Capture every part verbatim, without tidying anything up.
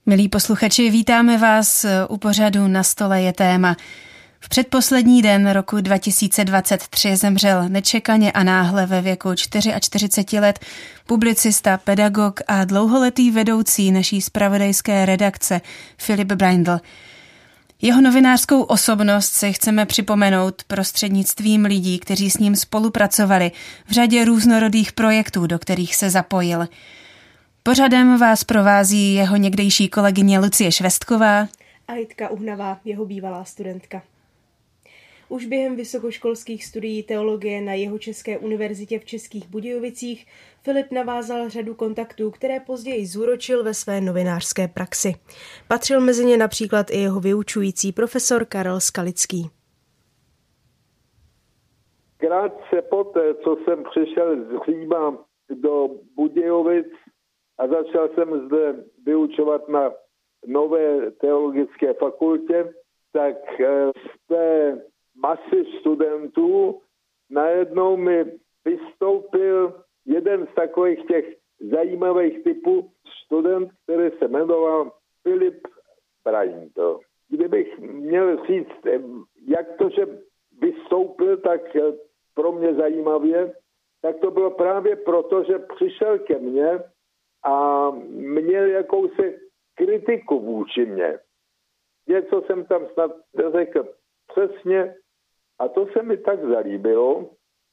Milí posluchači, vítáme vás u pořadu Na stole je téma. V předposlední den roku dva tisíce dvacet tři zemřel nečekaně a náhle ve věku čtyřičtyřicet čtyři let publicista, pedagog a dlouholetý vedoucí naší zpravodajské redakce Filip Braindl. Jeho novinářskou osobnost si chceme připomenout prostřednictvím lidí, kteří s ním spolupracovali v řadě různorodých projektů, do kterých se zapojil. Pořadem vás provází jeho někdejší kolegyně Lucie Švestková a Jitka Uhnavá, jeho bývalá studentka. Už během vysokoškolských studií teologie na Jihočeské univerzitě v Českých Budějovicích Filip navázal řadu kontaktů, které později zúročil ve své novinářské praxi. Patřil mezi ně například i jeho vyučující profesor Karel Skalický. Krátce poté, co jsem přišel z Říma do Budějovic a začal jsem zde vyučovat na nové teologické fakultě, tak z té masy studentů najednou mi vystoupil jeden z takových těch zajímavých typů student, který se jmenoval Filip Braindl. Kdybych měl říct, jak to, že vystoupil tak pro mě zajímavě, tak to bylo právě proto, že přišel ke mně a měl jakousi kritiku vůči mně. Něco jsem tam snad řekl přesně a to se mi tak zalíbilo,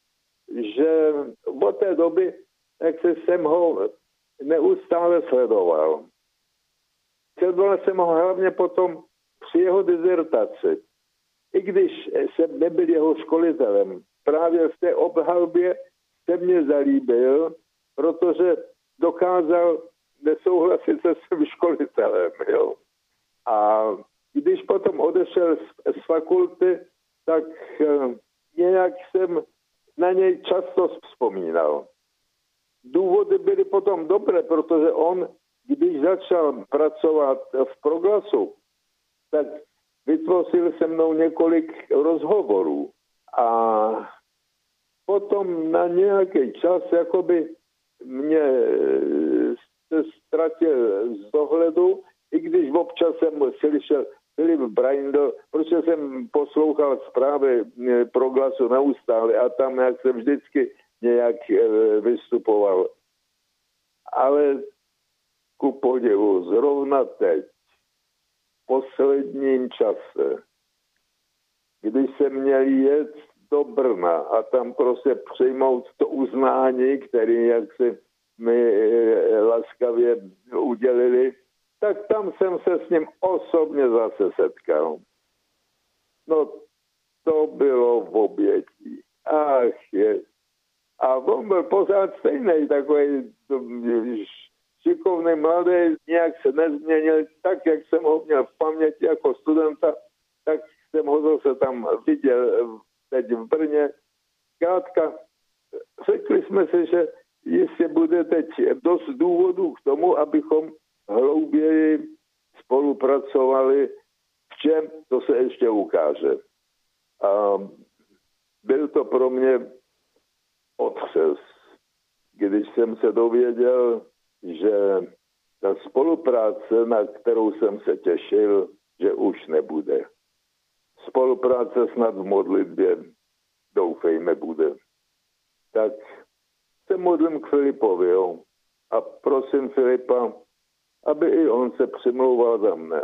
že od té doby, jak se jsem ho neustále sledoval. Sledoval jsem ho hlavně potom při jeho dizertaci. I když jsem nebyl jeho školitelem, právě v té obhalbě se mě zalíbil, protože dokázal nesouhlasit se svým školitelem. Jo. A když potom odešel z, z fakulty, tak eh, nějak jsem na něj často vzpomínal. Důvody byly potom dobré, protože on, když začal pracovat v Proglasu, tak vytvořil se mnou několik rozhovorů. A potom na nějaký čas jakoby mě se ztratil z dohledu, i když občas jsem slyšel Filip Braindl, protože jsem poslouchal zprávy Proglasu neustále a tam jak se vždycky nějak vystupoval. Ale ku podivu, zrovna teď, v posledním čase, když jsem měl jet do Brna a tam prostě přijmout to uznání, který jak si mi laskavě udělili, tak tam jsem se s ním osobně zase setkal. No, to bylo v obětí. Ach je. A on byl pořád stejný, takový šikovný, mladý, nějak se nezměnil, tak, jak jsem ho měl v paměti jako studenta, tak jsem ho zase tam viděl teď v Brně. Zkrátka, řekli jsme si, že jistě bude teď dost důvodů k tomu, abychom hlouběji spolupracovali, v čem to se ještě ukáže. A byl to pro mě otřes, když jsem se dověděl, že ta spolupráce, na kterou jsem se těšil, že už nebude. Spolupráce snad v modlitbě, doufejme, bude. Tak se modlím k Filipovi, jo, a prosím Filipa, aby i on se přimlouval za mne.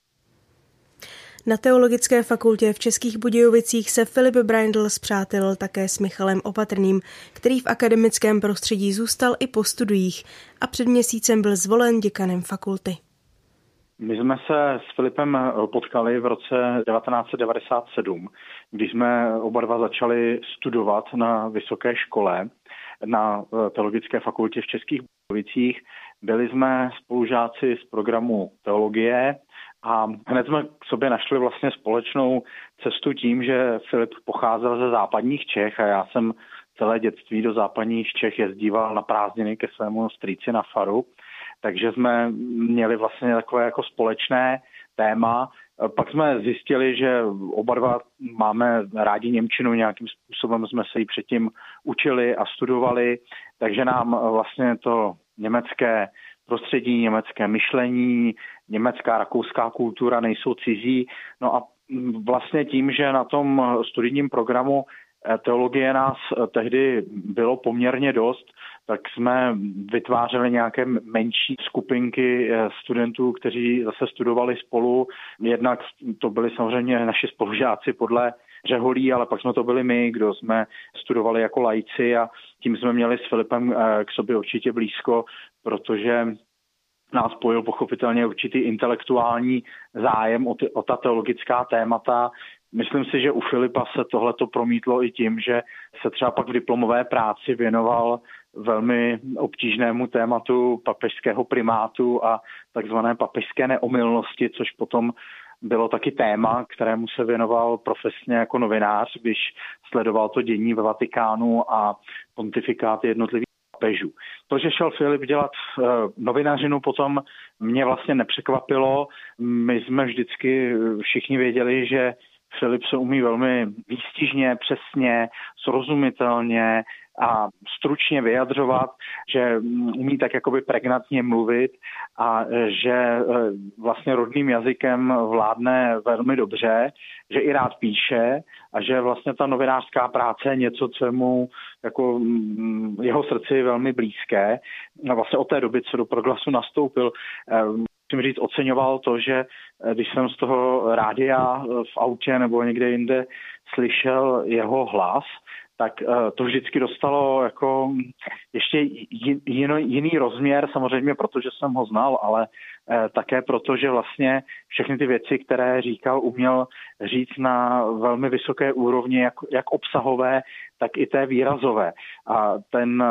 Na Teologické fakultě v Českých Budějovicích se Filip Braindl spřátelil také s Michalem Opatrným, který v akademickém prostředí zůstal i po studiích a před měsícem byl zvolen děkanem fakulty. My jsme se s Filipem potkali v roce devatenáct set devadesát sedm, když jsme oba dva začali studovat na vysoké škole na Teologické fakultě v Českých Budějovicích. Byli jsme spolužáci z programu teologie a hned jsme k sobě našli vlastně společnou cestu tím, že Filip pocházel ze západních Čech a já jsem celé dětství do západních Čech jezdíval na prázdniny ke svému strýci na faru. Takže jsme měli vlastně takové jako společné téma. Pak jsme zjistili, že oba dva máme rádi němčinu, nějakým způsobem jsme se ji předtím učili a studovali, takže nám vlastně to německé prostředí, německé myšlení, německá, rakouská kultura nejsou cizí. No a vlastně tím, že na tom studijním programu teologie nás tehdy bylo poměrně dost, tak jsme vytvářeli nějaké menší skupinky studentů, kteří zase studovali spolu. Jednak to byli samozřejmě naši spolužáci podle řeholí, ale pak jsme to byli my, kdo jsme studovali jako laici a tím jsme měli s Filipem k sobě určitě blízko, protože nás spojil pochopitelně určitý intelektuální zájem o, ty, o ta teologická témata. Myslím si, že u Filipa se tohleto promítlo i tím, že se třeba pak v diplomové práci věnoval velmi obtížnému tématu papežského primátu a takzvané papežské neomylnosti, což potom bylo taky téma, kterému se věnoval profesně jako novinář, když sledoval to dění ve Vatikánu a pontifikáty jednotlivých papežů. To, že šel Filip dělat uh, novinařinu, potom mě vlastně nepřekvapilo. My jsme vždycky všichni věděli, že Filip se umí velmi výstižně, přesně, srozumitelně a stručně vyjadřovat, že umí tak jakoby pregnantně mluvit a že vlastně rodným jazykem vládne velmi dobře, že i rád píše a že vlastně ta novinářská práce je něco, co je mu jako jeho srdci velmi blízké. A vlastně od té doby, co do Proglasu nastoupil, musím říct, oceňoval to, že když jsem z toho rádia v autě nebo někde jinde slyšel jeho hlas, tak to vždycky dostalo jako ještě jiný, jiný rozměr, samozřejmě protože jsem ho znal, ale také proto, že vlastně všechny ty věci, které říkal, uměl říct na velmi vysoké úrovni, jak, jak obsahové, tak i té výrazové. A ten,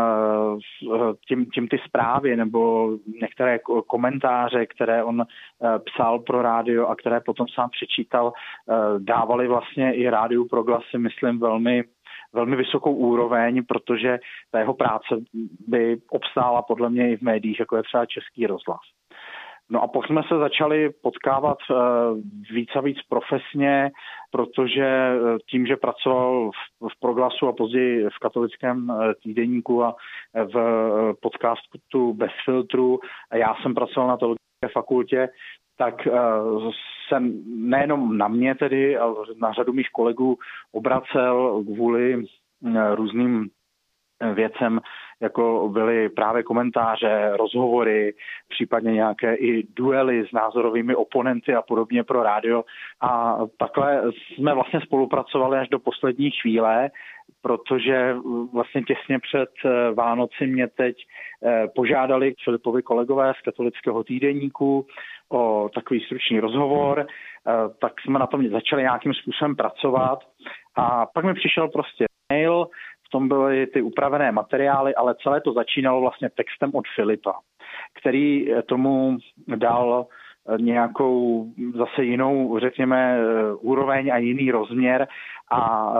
tím, tím ty zprávy nebo některé komentáře, které on psal pro rádio a které potom sám přečítal, dávali vlastně i rádiu Proglasy, myslím, velmi velmi vysokou úroveň, protože ta jeho práce by obstála podle mě i v médiích, jako je třeba Český rozhlas. No a pak jsme se začali potkávat víc a víc profesně, protože tím, že pracoval v Proglasu a později v Katolickém týdeníku a v podcastu Bez filtru, a já jsem pracoval na teologické fakultě, tak jsem nejenom na mě tedy, ale na řadu mých kolegů obracel kvůli různým věcem, jako byly právě komentáře, rozhovory, případně nějaké i duely s názorovými oponenty a podobně pro rádio. A takhle jsme vlastně spolupracovali až do poslední chvíle, protože vlastně těsně před Vánoci mě teď požádali Filipovi kolegové z Katolického týdeníku o takový stručný rozhovor, tak jsme na tom začali nějakým způsobem pracovat a pak mi přišel prostě mail, v tom byly ty upravené materiály, ale celé to začínalo vlastně textem od Filipa, který tomu dal nějakou zase jinou, řekněme, úroveň a jiný rozměr a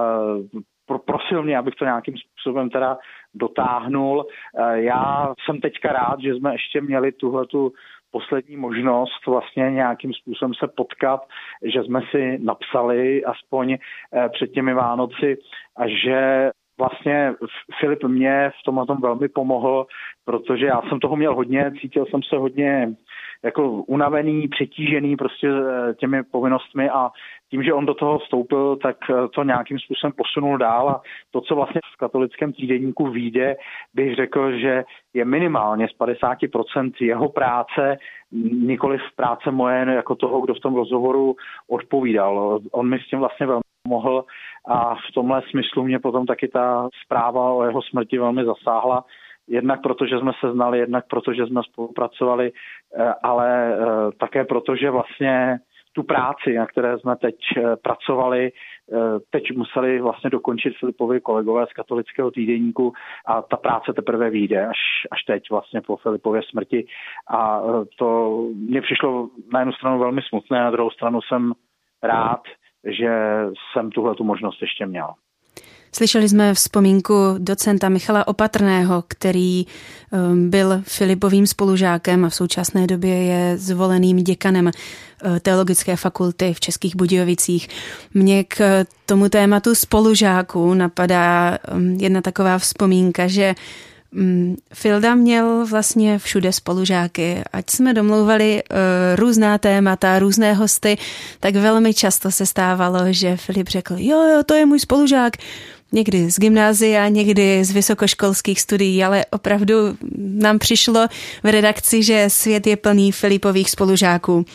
prosil mě, abych to nějakým způsobem teda dotáhnul. Já jsem teďka rád, že jsme ještě měli tuhletu poslední možnost vlastně nějakým způsobem se potkat, že jsme si napsali aspoň před těmi Vánoci a že vlastně Filip mě v tomhle tom velmi pomohl, protože já jsem toho měl hodně, cítil jsem se hodně jako unavený, přetížený prostě těmi povinnostmi a tím, že on do toho vstoupil, tak to nějakým způsobem posunul dál a to, co vlastně v Katolickém týdeníku vyjde, bych řekl, že je minimálně z padesát procent jeho práce, nikoliv práce moje jako toho, kdo v tom rozhovoru odpovídal. On mi s tím vlastně velmi pomohl a v tomhle smyslu mě potom taky ta zpráva o jeho smrti velmi zasáhla. Jednak proto, že jsme se znali, jednak proto, že jsme spolupracovali, ale také proto, že vlastně tu práci, na které jsme teď pracovali, teď museli vlastně dokončit Filipovi kolegové z Katolického týdeníku a ta práce teprve vyjde až, až teď vlastně po Filipově smrti. A to mně přišlo na jednu stranu velmi smutné, na druhou stranu jsem rád, že jsem tuhle tu možnost ještě měl. Slyšeli jsme vzpomínku docenta Michala Opatrného, který byl Filipovým spolužákem a v současné době je zvoleným děkanem Teologické fakulty v Českých Budějovicích. Mně k tomu tématu spolužáků napadá jedna taková vzpomínka, že Filda měl vlastně všude spolužáky. Ať jsme domlouvali uh, různá témata, různé hosty, tak velmi často se stávalo, že Filip řekl, jo, jo, to je můj spolužák. Někdy z gymnázia, někdy z vysokoškolských studií, ale opravdu nám přišlo v redakci, že svět je plný Filipových spolužáků. Uh,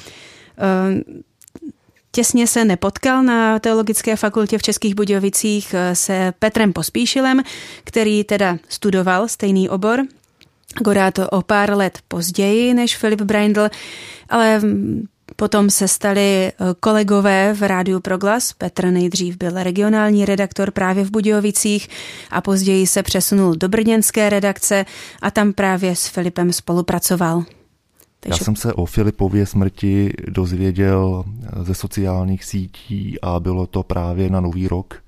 Těsně se nepotkal na Teologické fakultě v Českých Budějovicích se Petrem Pospíšilem, který teda studoval stejný obor, akorát to o pár let později než Filip Braindl, ale potom se stali kolegové v Rádiu Proglas. Petr nejdřív byl regionální redaktor právě v Budějovicích a později se přesunul do brněnské redakce a tam právě s Filipem spolupracoval. Já jsem se o Filipově smrti dozvěděl ze sociálních sítí a bylo to právě na Nový rok.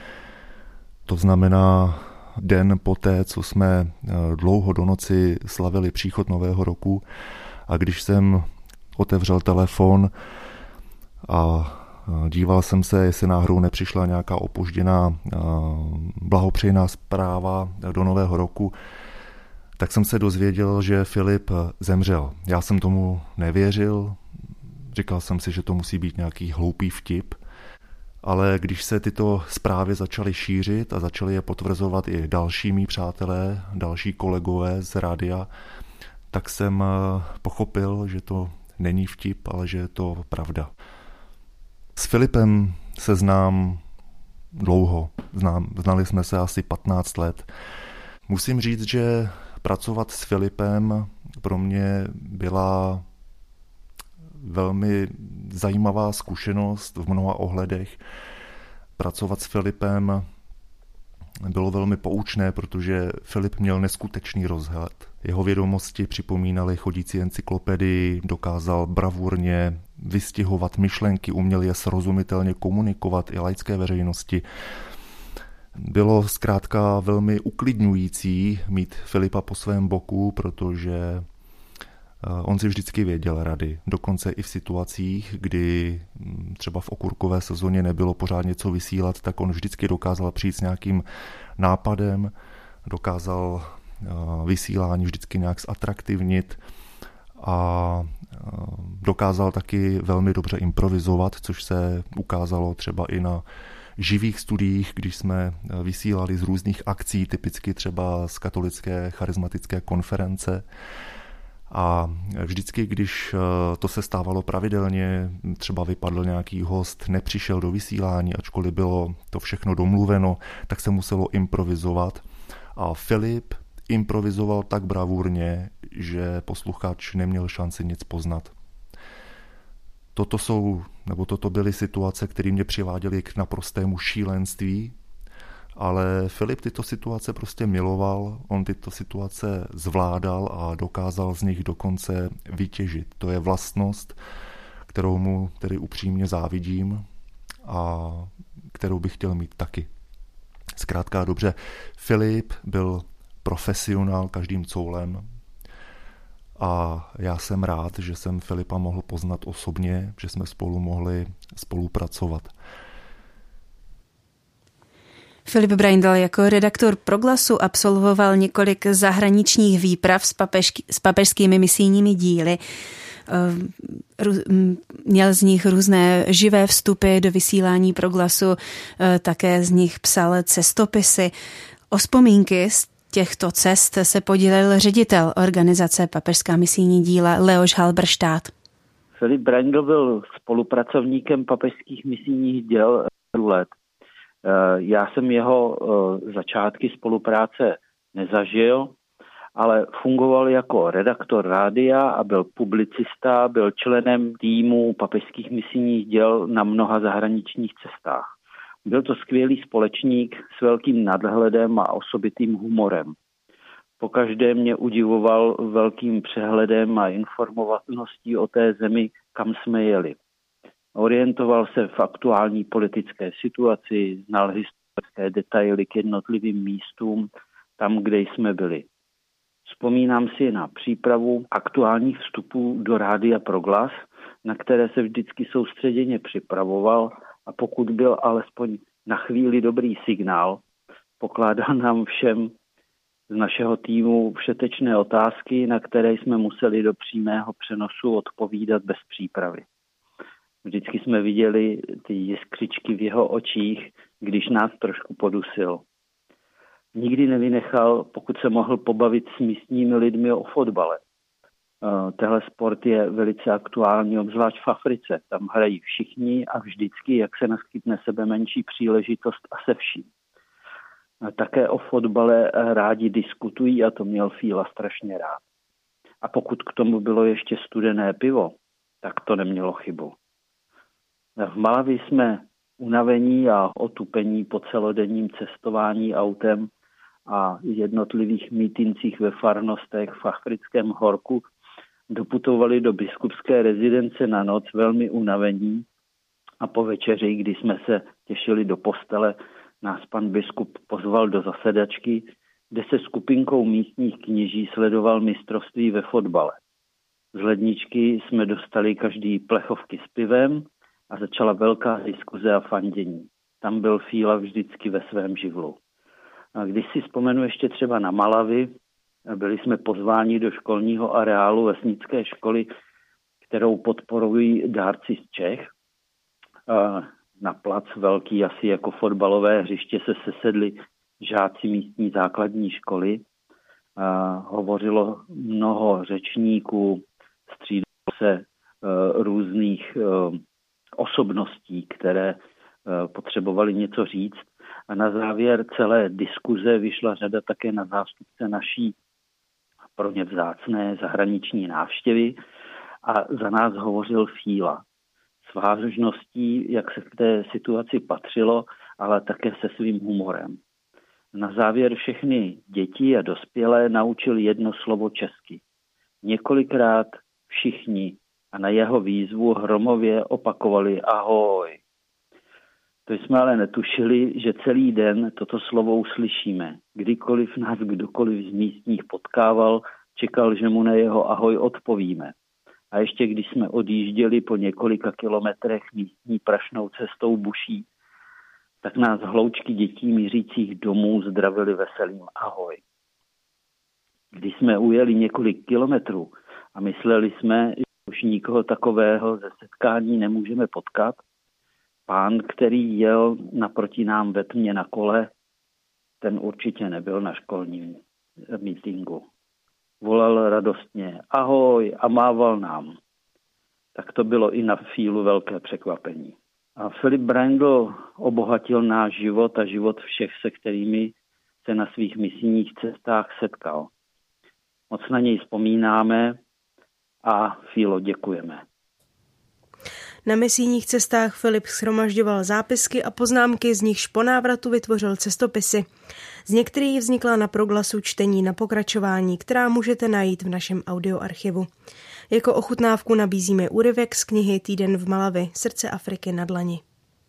To znamená den poté, co jsme dlouho do noci slavili příchod Nového roku a když jsem otevřel telefon a díval jsem se, jestli náhodou nepřišla nějaká opožděná blahopřejná zpráva do Nového roku, tak jsem se dozvěděl, že Filip zemřel. Já jsem tomu nevěřil, říkal jsem si, že to musí být nějaký hloupý vtip, ale když se tyto zprávy začaly šířit a začaly je potvrzovat i další mý přátelé, další kolegové z rádia, tak jsem pochopil, že to není vtip, ale že je to pravda. S Filipem se znám dlouho, znám, znali jsme se asi patnáct let. Musím říct, že pracovat s Filipem pro mě byla velmi zajímavá zkušenost v mnoha ohledech. Pracovat s Filipem bylo velmi poučné, protože Filip měl neskutečný rozhled. Jeho vědomosti připomínaly chodící encyklopedii, dokázal bravurně vystihovat myšlenky, uměl je srozumitelně komunikovat i laické veřejnosti. Bylo zkrátka velmi uklidňující mít Filipa po svém boku, protože on si vždycky věděl rady. Dokonce i v situacích, kdy třeba v okurkové sezóně nebylo pořád něco vysílat, tak on vždycky dokázal přijít s nějakým nápadem, dokázal vysílání vždycky nějak zatraktivnit a dokázal taky velmi dobře improvizovat, což se ukázalo třeba i na živých studiích, když jsme vysílali z různých akcí, typicky třeba z katolické charismatické konference. A vždycky, když to se stávalo pravidelně, třeba vypadl nějaký host, nepřišel do vysílání, ačkoliv bylo to všechno domluveno, tak se muselo improvizovat. A Filip improvizoval tak bravurně, že posluchač neměl šanci nic poznat. Toto jsou, nebo toto byly situace, které mě přiváděly k naprostému šílenství, ale Filip tyto situace prostě miloval, on tyto situace zvládal a dokázal z nich dokonce vytěžit. To je vlastnost, kterou mu tedy upřímně závidím a kterou bych chtěl mít taky. Zkrátka dobře, Filip byl profesionál každým coulem a já jsem rád, že jsem Filipa mohl poznat osobně, že jsme spolu mohli spolupracovat. Filip Braindl jako redaktor Proglasu absolvoval několik zahraničních výprav s, papežky, s papežskými misijními díly. Měl z nich různé živé vstupy do vysílání Proglasu, také z nich psal cestopisy. O vzpomínky z těchto cest se podílel ředitel organizace Papežská misijní díla Leoš Halberštát. Filip Braindl byl spolupracovníkem papežských misijních děl let. Já jsem jeho začátky spolupráce nezažil, ale fungoval jako redaktor rádia a byl publicista, byl členem týmu papežských misijních děl na mnoha zahraničních cestách. Byl to skvělý společník s velkým nadhledem a osobitým humorem. Pokaždé mě udivoval velkým přehledem a informovaností o té zemi, kam jsme jeli. Orientoval se v aktuální politické situaci, znal historické detaily k jednotlivým místům, tam, kde jsme byli. Vzpomínám si na přípravu aktuálních vstupů do Rádia Proglas, na které se vždycky soustředěně připravoval a pokud byl alespoň na chvíli dobrý signál, pokládal nám všem z našeho týmu všetečné otázky, na které jsme museli do přímého přenosu odpovídat bez přípravy. Vždycky jsme viděli ty jiskřičky v jeho očích, když nás trošku podusil. Nikdy nevynechal, pokud se mohl pobavit s místními lidmi o fotbale. Tehle sport je velice aktuální, obzvlášť v Africe. Tam hrají všichni a vždycky, jak se naskytne sebe menší příležitost a se vším. Také o fotbale rádi diskutují a to měl Fíla strašně rád. A pokud k tomu bylo ještě studené pivo, tak to nemělo chybu. V Malawi jsme unavení a otupení po celodenním cestování autem a jednotlivých mítincích ve farnostech v africkém horku doputovali do biskupské rezidence na noc velmi unavení a po večeři, kdy jsme se těšili do postele, nás pan biskup pozval do zasedačky, kde se skupinkou místních kněží sledoval mistrovství ve fotbale. Z ledničky jsme dostali každý plechovky s pivem a začala velká diskuze a fandění. Tam byl Fíla vždycky ve svém živlu. A když si vzpomenu ještě třeba na Malawi, byli jsme pozváni do školního areálu vesnické školy, kterou podporují dárci z Čech. Na plac velký, asi jako fotbalové hřiště, se sesedli žáci místní základní školy. Hovořilo mnoho řečníků, střídalo se různých osobností, které potřebovali něco říct. A na závěr celé diskuze vyšla řada také na zástupce naší pro ně vzácné zahraniční návštěvy a za nás hovořil Fíla. S vážností, jak se k té situaci patřilo, ale také se svým humorem. Na závěr všechny děti a dospělé naučil jedno slovo česky. Několikrát všichni a na jeho výzvu hromově opakovali ahoj. To jsme ale netušili, že celý den toto slovo uslyšíme. Kdykoliv nás kdokoliv z místních potkával, čekal, že mu na jeho ahoj odpovíme. A ještě když jsme odjížděli po několika kilometrech místní prašnou cestou buší, tak nás hloučky dětí mířících domů zdravili veselým ahoj. Když jsme ujeli několik kilometrů a mysleli jsme, že už nikoho takového ze setkání nemůžeme potkat, pán, který jel naproti nám ve tmě na kole, ten určitě nebyl na školním mítinku. Volal radostně ahoj a mával nám. Tak to bylo i na Fílu velké překvapení. A Filip Braindl obohatil náš život a život všech, se kterými se na svých misijních cestách setkal. Moc na něj vzpomínáme a Fílo, děkujeme. Na misijních cestách Filip shromažďoval zápisky a poznámky, z nichž po návratu vytvořil cestopisy. Z některých vznikla na Proglasu čtení na pokračování, která můžete najít v našem audioarchivu. Jako ochutnávku nabízíme úryvek z knihy Týden v Malawi, srdce Afriky na dlani.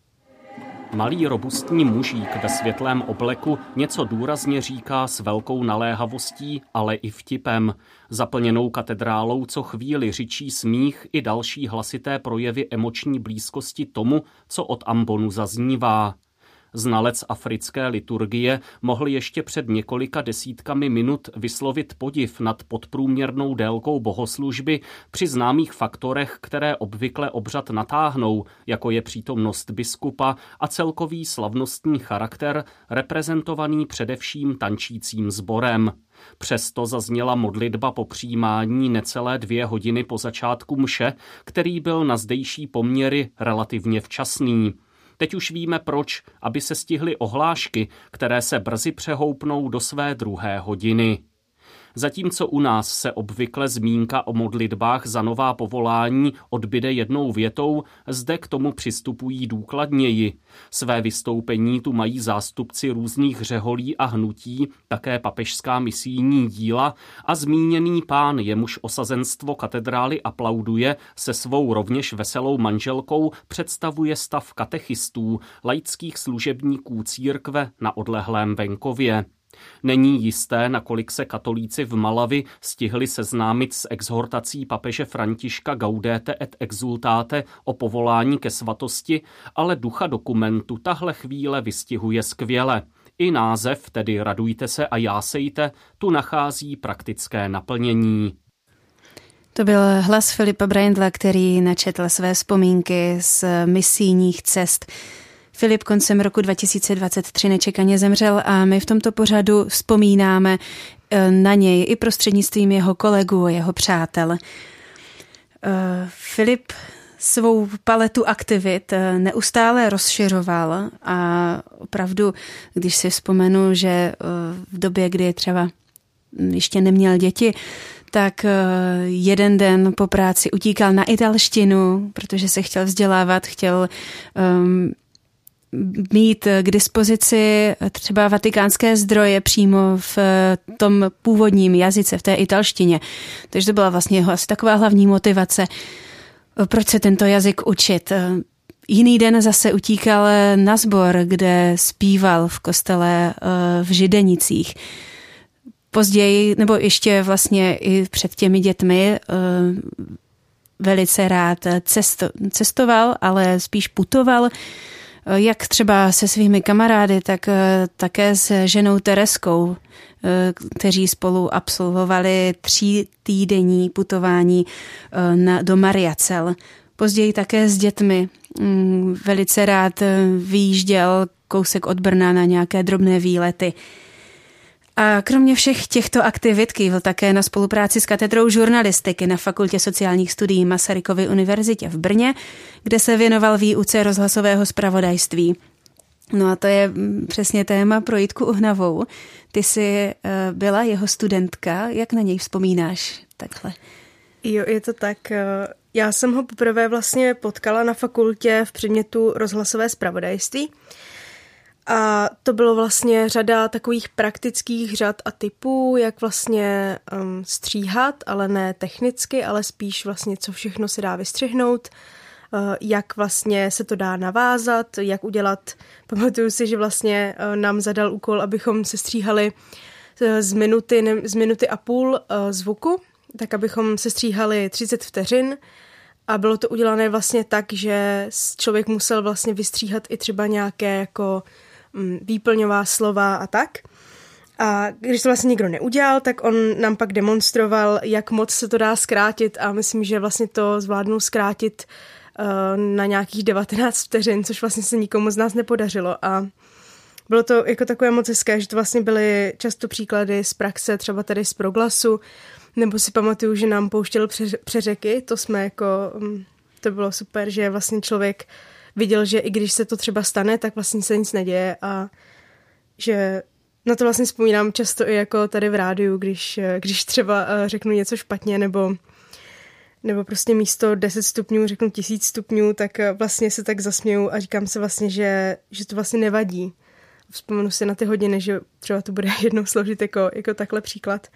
Malý robustní mužík ve světlém obleku něco důrazně říká s velkou naléhavostí, ale i vtipem. Zaplněnou katedrálou co chvíli řičí smích i další hlasité projevy emoční blízkosti tomu, co od ambonu zaznívá. Znalec africké liturgie mohl ještě před několika desítkami minut vyslovit podiv nad podprůměrnou délkou bohoslužby při známých faktorech, které obvykle obřad natáhnou, jako je přítomnost biskupa a celkový slavnostní charakter, reprezentovaný především tančícím sborem. Přesto zazněla modlitba po přijímání necelé dvě hodiny po začátku mše, který byl na zdejší poměry relativně včasný. Teď už víme proč, aby se stihly ohlášky, které se brzy přehoupnou do své druhé hodiny. Zatímco u nás se obvykle zmínka o modlitbách za nová povolání odbyde jednou větou, zde k tomu přistupují důkladněji. Své vystoupení tu mají zástupci různých řeholí a hnutí, také papežská misijní díla a zmíněný pán, jemuž osazenstvo katedrály aplauduje, se svou rovněž veselou manželkou představuje stav katechistů, laických služebníků církve na odlehlém venkově. Není jisté, nakolik se katolíci v Malawi stihli seznámit s exhortací papeže Františka Gaudete et exultate o povolání ke svatosti, ale ducha dokumentu tahle chvíle vystihuje skvěle. I název, tedy Radujte se a jásejte, tu nachází praktické naplnění. To byl hlas Filipa Braindla, který načetl své vzpomínky z misijních cest. Filip koncem roku dva tisíce dvacet tři nečekaně zemřel a my v tomto pořadu vzpomínáme na něj i prostřednictvím jeho kolegů a jeho přátel. Filip svou paletu aktivit neustále rozšiřoval a opravdu, když si vzpomenu, že v době, kdy třeba ještě neměl děti, tak jeden den po práci utíkal na italštinu, protože se chtěl vzdělávat, chtěl um, mít k dispozici třeba vatikánské zdroje přímo v tom původním jazyce, v té italštině. Takže to byla vlastně jeho asi taková hlavní motivace, proč se tento jazyk učit. Jiný den zase utíkal na sbor, kde zpíval v kostele v Židenicích. Později, nebo ještě vlastně i před těmi dětmi, velice rád cesto, cestoval, ale spíš putoval, jak třeba se svými kamarády, tak také s ženou Tereskou, kteří spolu absolvovali tří týdenní putování na, do Mariacel. Později také s dětmi velice rád vyjížděl kousek od Brna na nějaké drobné výlety. A kromě všech těchto aktivit kývil také na spolupráci s katedrou žurnalistiky na Fakultě sociálních studií Masarykovy univerzitě v Brně, kde se věnoval výuce rozhlasového zpravodajství. No a to je přesně téma pro Jitku Uhnavou. Ty jsi byla jeho studentka, jak na něj vzpomínáš takhle? Jo, je to tak. Já jsem ho poprvé vlastně potkala na fakultě v předmětu rozhlasové zpravodajství. A to bylo vlastně řada takových praktických řad a typů, jak vlastně um, stříhat, ale ne technicky, ale spíš vlastně, co všechno se dá vystřihnout, uh, jak vlastně se to dá navázat, jak udělat. Pamatuju si, že vlastně uh, nám zadal úkol, abychom se stříhali uh, z minuty, ne, z minuty a půl uh, zvuku, tak abychom se stříhali třicet vteřin. A bylo to udělané vlastně tak, že člověk musel vlastně vystříhat i třeba nějaké jako výplňová slova a tak. A když to vlastně nikdo neudělal, tak on nám pak demonstroval, jak moc se to dá zkrátit a myslím, že vlastně to zvládnul zkrátit uh, na nějakých devatenáct vteřin, což vlastně se nikomu z nás nepodařilo a bylo to jako takové moc hezké, že to vlastně byly často příklady z praxe, třeba tady z Proglasu, nebo si pamatuju, že nám pouštěl přeřeky, to jsme jako, to bylo super, že vlastně člověk viděl, že i když se to třeba stane, tak vlastně se nic neděje a že na to vlastně vzpomínám často i jako tady v rádiu, když, když třeba řeknu něco špatně nebo, nebo prostě místo deset stupňů řeknu tisíc stupňů, tak vlastně se tak zasměju a říkám se vlastně, že, že to vlastně nevadí. Vzpomenu si na ty hodiny, že třeba to bude jednou sloužit jako, jako takhle příklad.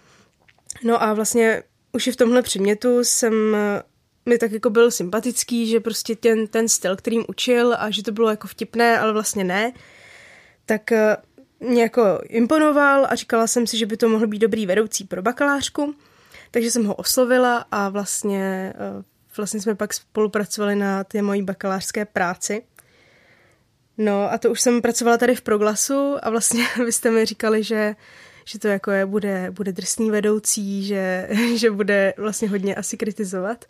No a vlastně už i v tomhle předmětu jsem mi tak jako byl sympatický, že prostě ten, ten styl, kterým učil a že to bylo jako vtipné, ale vlastně ne, tak mě jako imponoval a říkala jsem si, že by to mohl být dobrý vedoucí pro bakalářku, takže jsem ho oslovila a vlastně, vlastně jsme pak spolupracovali na té mojí bakalářské práci. No a to už jsem pracovala tady v Proglasu a vlastně vy jste mi říkali, že že to jako je, bude, bude drsný vedoucí, že, že bude vlastně hodně asi kritizovat.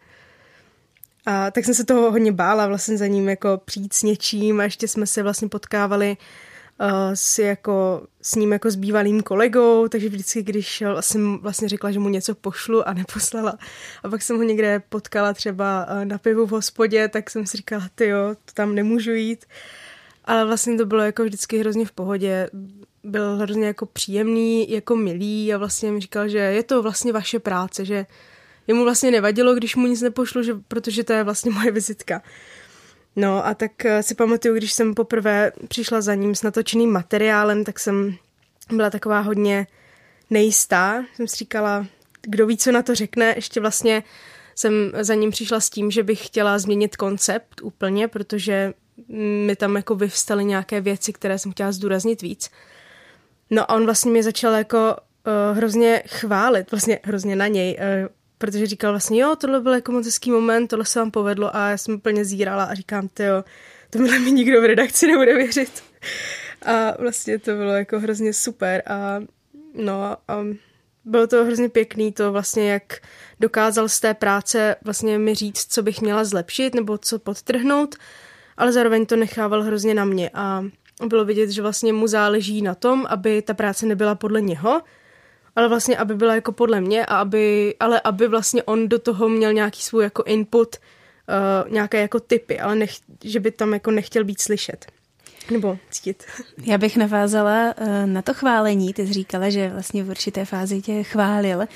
A tak jsem se toho hodně bála vlastně za ním jako přijít s něčím a ještě jsme se vlastně potkávali uh, s, jako, s ním jako s bývalým kolegou, takže vždycky, když šel, jsem vlastně řekla, že mu něco pošlu a neposlala. A pak jsem ho někde potkala třeba uh, na pivu v hospodě, tak jsem si říkala, tyjo, to tam nemůžu jít. Ale vlastně to bylo jako vždycky hrozně v pohodě. Byl hrozně jako příjemný, jako milý a vlastně mi říkal, že je to vlastně vaše práce, že jemu vlastně nevadilo, když mu nic nepošlu, že, protože to je vlastně moje vizitka. No a tak si pamatuju, když jsem poprvé přišla za ním s natočeným materiálem, tak jsem byla taková hodně nejistá. Jsem si říkala, kdo ví, co na to řekne. Ještě vlastně jsem za ním přišla s tím, že bych chtěla změnit koncept úplně, protože mi tam jako vyvstaly nějaké věci, které jsem chtěla zdůraznit víc. No a on vlastně mě začal jako uh, hrozně chválit, vlastně hrozně na něj, uh, protože říkal vlastně, jo, tohle byl jako moc hezký moment, tohle se vám povedlo a já jsem úplně zírala a říkám, tyjo, tohle mi nikdo v redakci nebude věřit. A vlastně to bylo jako hrozně super a no a bylo to hrozně pěkný to vlastně, jak dokázal z té práce vlastně mi říct, co bych měla zlepšit nebo co podtrhnout, ale zároveň to nechával hrozně na mě a bylo vidět, že vlastně mu záleží na tom, aby ta práce nebyla podle něho, ale vlastně, aby byla jako podle mě, a aby, ale aby vlastně on do toho měl nějaký svůj jako input, uh, nějaké jako tipy, ale nech, že by tam jako nechtěl být slyšet. Nebo cítit. Já bych navázala uh, na to chválení. Ty jsi říkala, že vlastně v určité fázi tě chválil. Uh,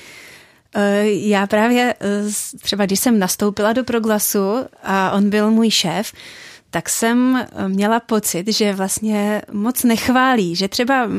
já právě uh, třeba, když jsem nastoupila do Proglasu a on byl můj šéf, tak jsem měla pocit, že vlastně moc nechválí, že třeba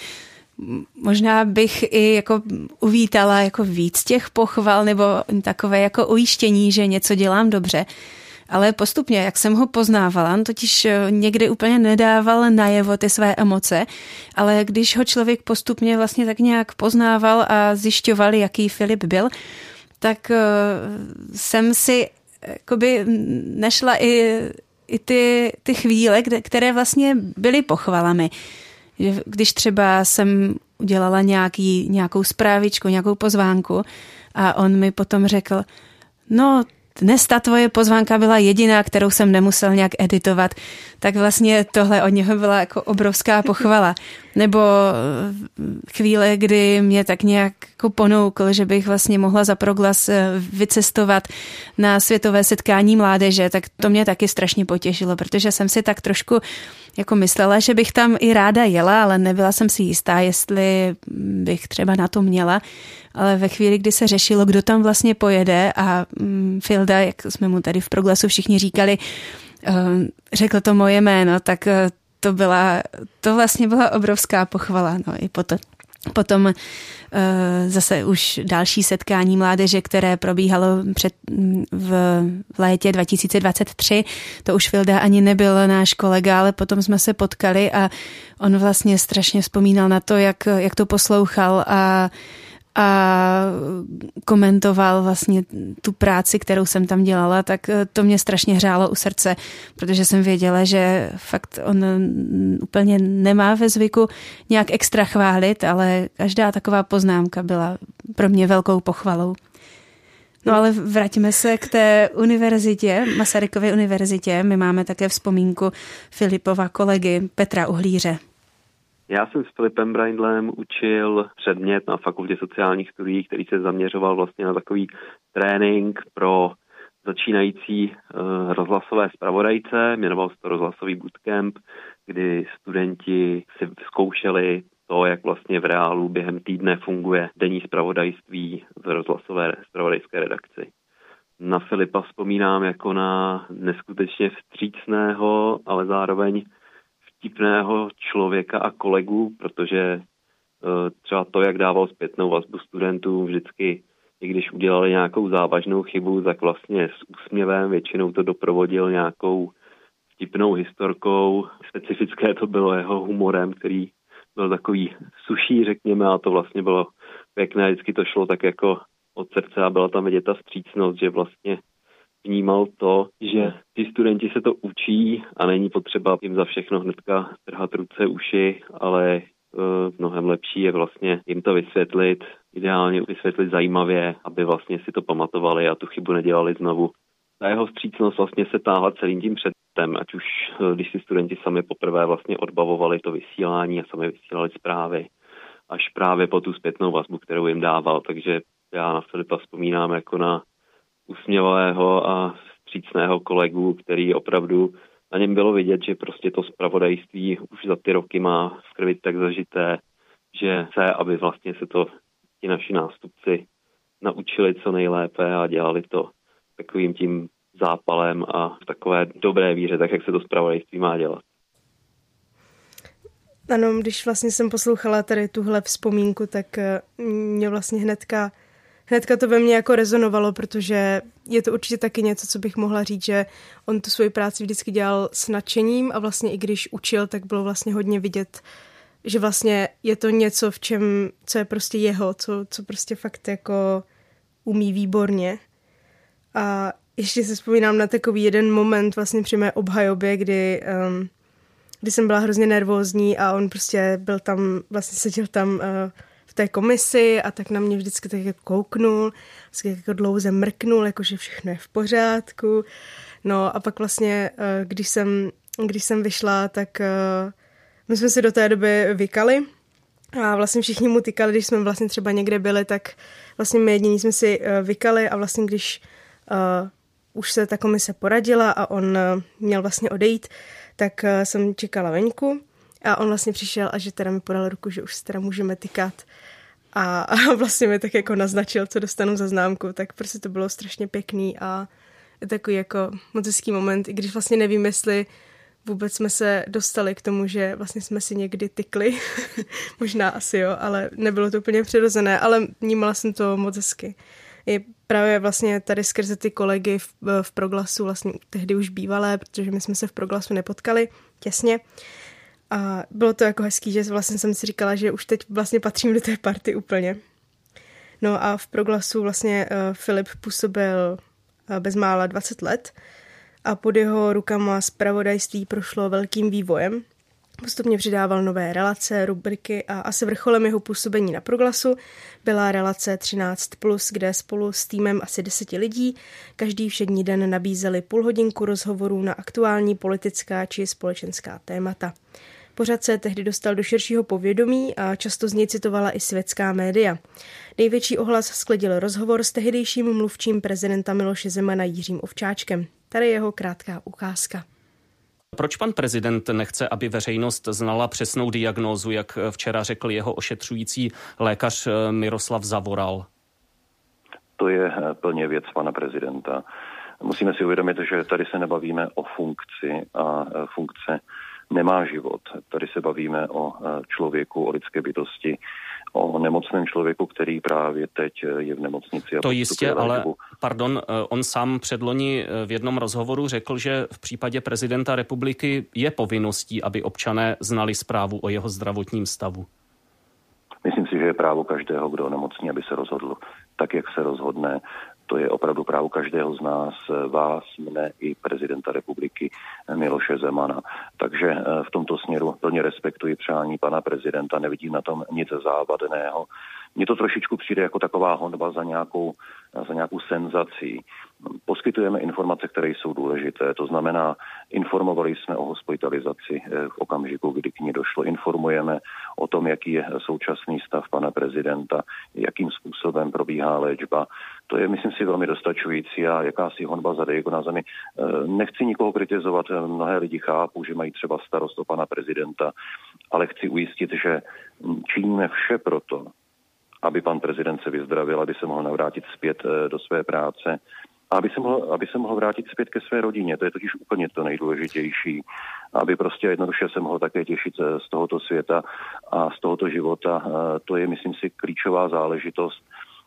možná bych i jako uvítala jako víc těch pochval nebo takové jako ujištění, že něco dělám dobře. Ale postupně, jak jsem ho poznávala, on totiž někdy úplně nedával najevo ty své emoce, ale když ho člověk postupně vlastně tak nějak poznával a zjišťoval, jaký Filip byl, tak jsem si jakoby našla i i ty, ty chvíle, které vlastně byly pochvalami. Když třeba jsem udělala nějaký, nějakou zprávičku, nějakou pozvánku a on mi potom řekl, no dnes ta tvoje pozvánka byla jediná, kterou jsem nemusel nějak editovat, tak vlastně tohle od něho byla jako obrovská pochvala. Nebo chvíle, kdy mě tak nějak jako ponoukl, že bych vlastně mohla za Proglas vycestovat na světové setkání mládeže, tak to mě taky strašně potěšilo, protože jsem si tak trošku jako myslela, že bych tam i ráda jela, ale nebyla jsem si jistá, jestli bych třeba na to měla. Ale ve chvíli, kdy se řešilo, kdo tam vlastně pojede a Filda, jak jsme mu tady v Proglasu všichni říkali, řekl to moje jméno, tak to byla, to vlastně byla obrovská pochvala. No i potom, potom zase už další setkání mládeže, které probíhalo před, v, v létě dva tisíce dvacet tři, to už Filda ani nebyl náš kolega, ale potom jsme se potkali a on vlastně strašně vzpomínal na to, jak, jak to poslouchal a a komentoval vlastně tu práci, kterou jsem tam dělala, tak to mě strašně hřálo u srdce, protože jsem věděla, že fakt on úplně nemá ve zvyku nějak extra chválit, ale každá taková poznámka byla pro mě velkou pochvalou. No ale vrátíme se k té univerzitě, Masarykově univerzitě. My máme také vzpomínku Filipova kolegy Petra Uhlíře. Já jsem s Filipem Braindlem učil předmět na Fakultě sociálních studií, který se zaměřoval vlastně na takový trénink pro začínající uh, rozhlasové zpravodajce. Jmenoval se to rozhlasový bootcamp, kdy studenti si zkoušeli to, jak vlastně v reálu během týdne funguje denní zpravodajství v rozhlasové zpravodajské redakci. Na Filipa vzpomínám jako na neskutečně vstřícného, ale zároveň vtipného člověka a kolegu, protože třeba to, jak dával zpětnou vazbu studentům vždycky, i když udělali nějakou závažnou chybu, tak vlastně s úsměvem většinou to doprovodil nějakou vtipnou historkou. Specifické to bylo jeho humorem, který byl takový suší, řekněme, a to vlastně bylo pěkné. Vždycky to šlo tak jako od srdce a byla tam vidět ta vstřícnost, že vlastně vnímal to, že ty studenti se to učí a není potřeba jim za všechno hnedka trhat ruce, uši, ale uh, mnohem lepší je vlastně jim to vysvětlit, ideálně vysvětlit zajímavě, aby vlastně si to pamatovali a tu chybu nedělali znovu. Ta jeho vstřícnost vlastně se táhla celým tím předtem, ať už když si studenti sami poprvé vlastně odbavovali to vysílání a sami vysílali zprávy, až právě po tu zpětnou vazbu, kterou jim dával. Takže já na Filipa vzpomínám jako na usměvavého a vstřícného kolegu, který opravdu na něm bylo vidět, že prostě to zpravodajství už za ty roky má v krvi tak zažité, že chce, aby vlastně se to ti naši nástupci naučili co nejlépe a dělali to takovým tím zápalem a v takové dobré víře, tak jak se to zpravodajství má dělat. Ano, když vlastně jsem poslouchala tady tuhle vzpomínku, tak mě vlastně hnedka Hnedka to ve mně jako rezonovalo, protože je to určitě taky něco, co bych mohla říct, že on tu svoji práci vždycky dělal s nadšením a vlastně i když učil, tak bylo vlastně hodně vidět, že vlastně je to něco, v čem, co je prostě jeho, co, co prostě fakt jako umí výborně. A ještě se vzpomínám na takový jeden moment vlastně při mé obhajobě, kdy um, kdy jsem byla hrozně nervózní a on prostě byl tam, vlastně seděl tam uh, v té komisi a tak na mě vždycky tak jako kouknul, vždycky jako dlouze mrknul, jakože všechno je v pořádku. No a pak vlastně, uh, když jsem, když jsem vyšla, tak uh, my jsme si do té doby vykali a vlastně všichni mu tykali, když jsme vlastně třeba někde byli, tak vlastně my jediní jsme si uh, vykali a vlastně když uh, už se ta komise poradila a on uh, měl vlastně odejít, tak uh, jsem čekala venku a on vlastně přišel a že teda mi podal ruku, že už se teda můžeme tykat a, a vlastně mi tak jako naznačil, co dostanu za známku, tak prostě to bylo strašně pěkný a je takový jako moc hezký moment, i když vlastně nevím, jestli vůbec jsme se dostali k tomu, že vlastně jsme si někdy tykli, možná asi jo, ale nebylo to úplně přirozené, ale vnímala jsem to moc hezky. Je právě vlastně tady skrze ty kolegy v, v Proglasu, vlastně tehdy už bývalé, protože my jsme se v Proglasu nepotkali těsně. A bylo to jako hezký, že vlastně jsem si říkala, že už teď vlastně patřím do té party úplně. No a v Proglasu vlastně uh, Filip působil uh, bezmála dvacet let a pod jeho rukama zpravodajství prošlo velkým vývojem. Postupně přidával nové relace, rubriky a asi vrcholem jeho působení na Proglasu byla relace třináct plus, kde spolu s týmem asi deseti lidí každý všední den nabízeli půl hodinku rozhovorů na aktuální politická či společenská témata. Pořad se tehdy dostal do širšího povědomí a často z něj citovala i světská média. Největší ohlas sklidil rozhovor s tehdejším mluvčím prezidenta Miloše Zemana Jiřím Ovčáčkem. Tady je jeho krátká ukázka. Proč pan prezident nechce, aby veřejnost znala přesnou diagnózu, jak včera řekl jeho ošetřující lékař Miroslav Zavoral? To je plně věc pana prezidenta. Musíme si uvědomit, že tady se nebavíme o funkci a funkce nemá život. Tady se bavíme o člověku, o lidské bytosti, o nemocném člověku, který právě teď je v nemocnici. A to jistě, ale pardon, on sám předloni v jednom rozhovoru řekl, že v případě prezidenta republiky je povinností, aby občané znali zprávu o jeho zdravotním stavu. Myslím si, že je právo každého, kdo nemocní, aby se rozhodl tak, jak se rozhodne. To je opravdu právo každého z nás, vás, mne i prezidenta republiky Miloše Zemana. Takže v tomto směru plně respektuji přání pana prezidenta, nevidím na tom nic závadného. Mně to trošičku přijde jako taková honba za nějakou, za nějakou senzací. Poskytujeme informace, které jsou důležité, to znamená, informovali jsme o hospitalizaci v okamžiku, kdy k ní došlo. Informujeme o tom, jaký je současný stav pana prezidenta, jakým způsobem probíhá léčba. To je, myslím si, velmi dostačující a jakási honba za diagnózami. Nechci nikoho kritizovat, mnohé lidi chápou, že mají třeba starost o pana prezidenta, ale chci ujistit, že činíme vše proto, aby pan prezident se vyzdravil, aby se mohl navrátit zpět do své práce, a aby se, mohl, aby se mohl vrátit zpět ke své rodině. To je totiž úplně to nejdůležitější. Aby prostě jednoduše se mohl také těšit z tohoto světa a z tohoto života. To je, myslím si, klíčová záležitost.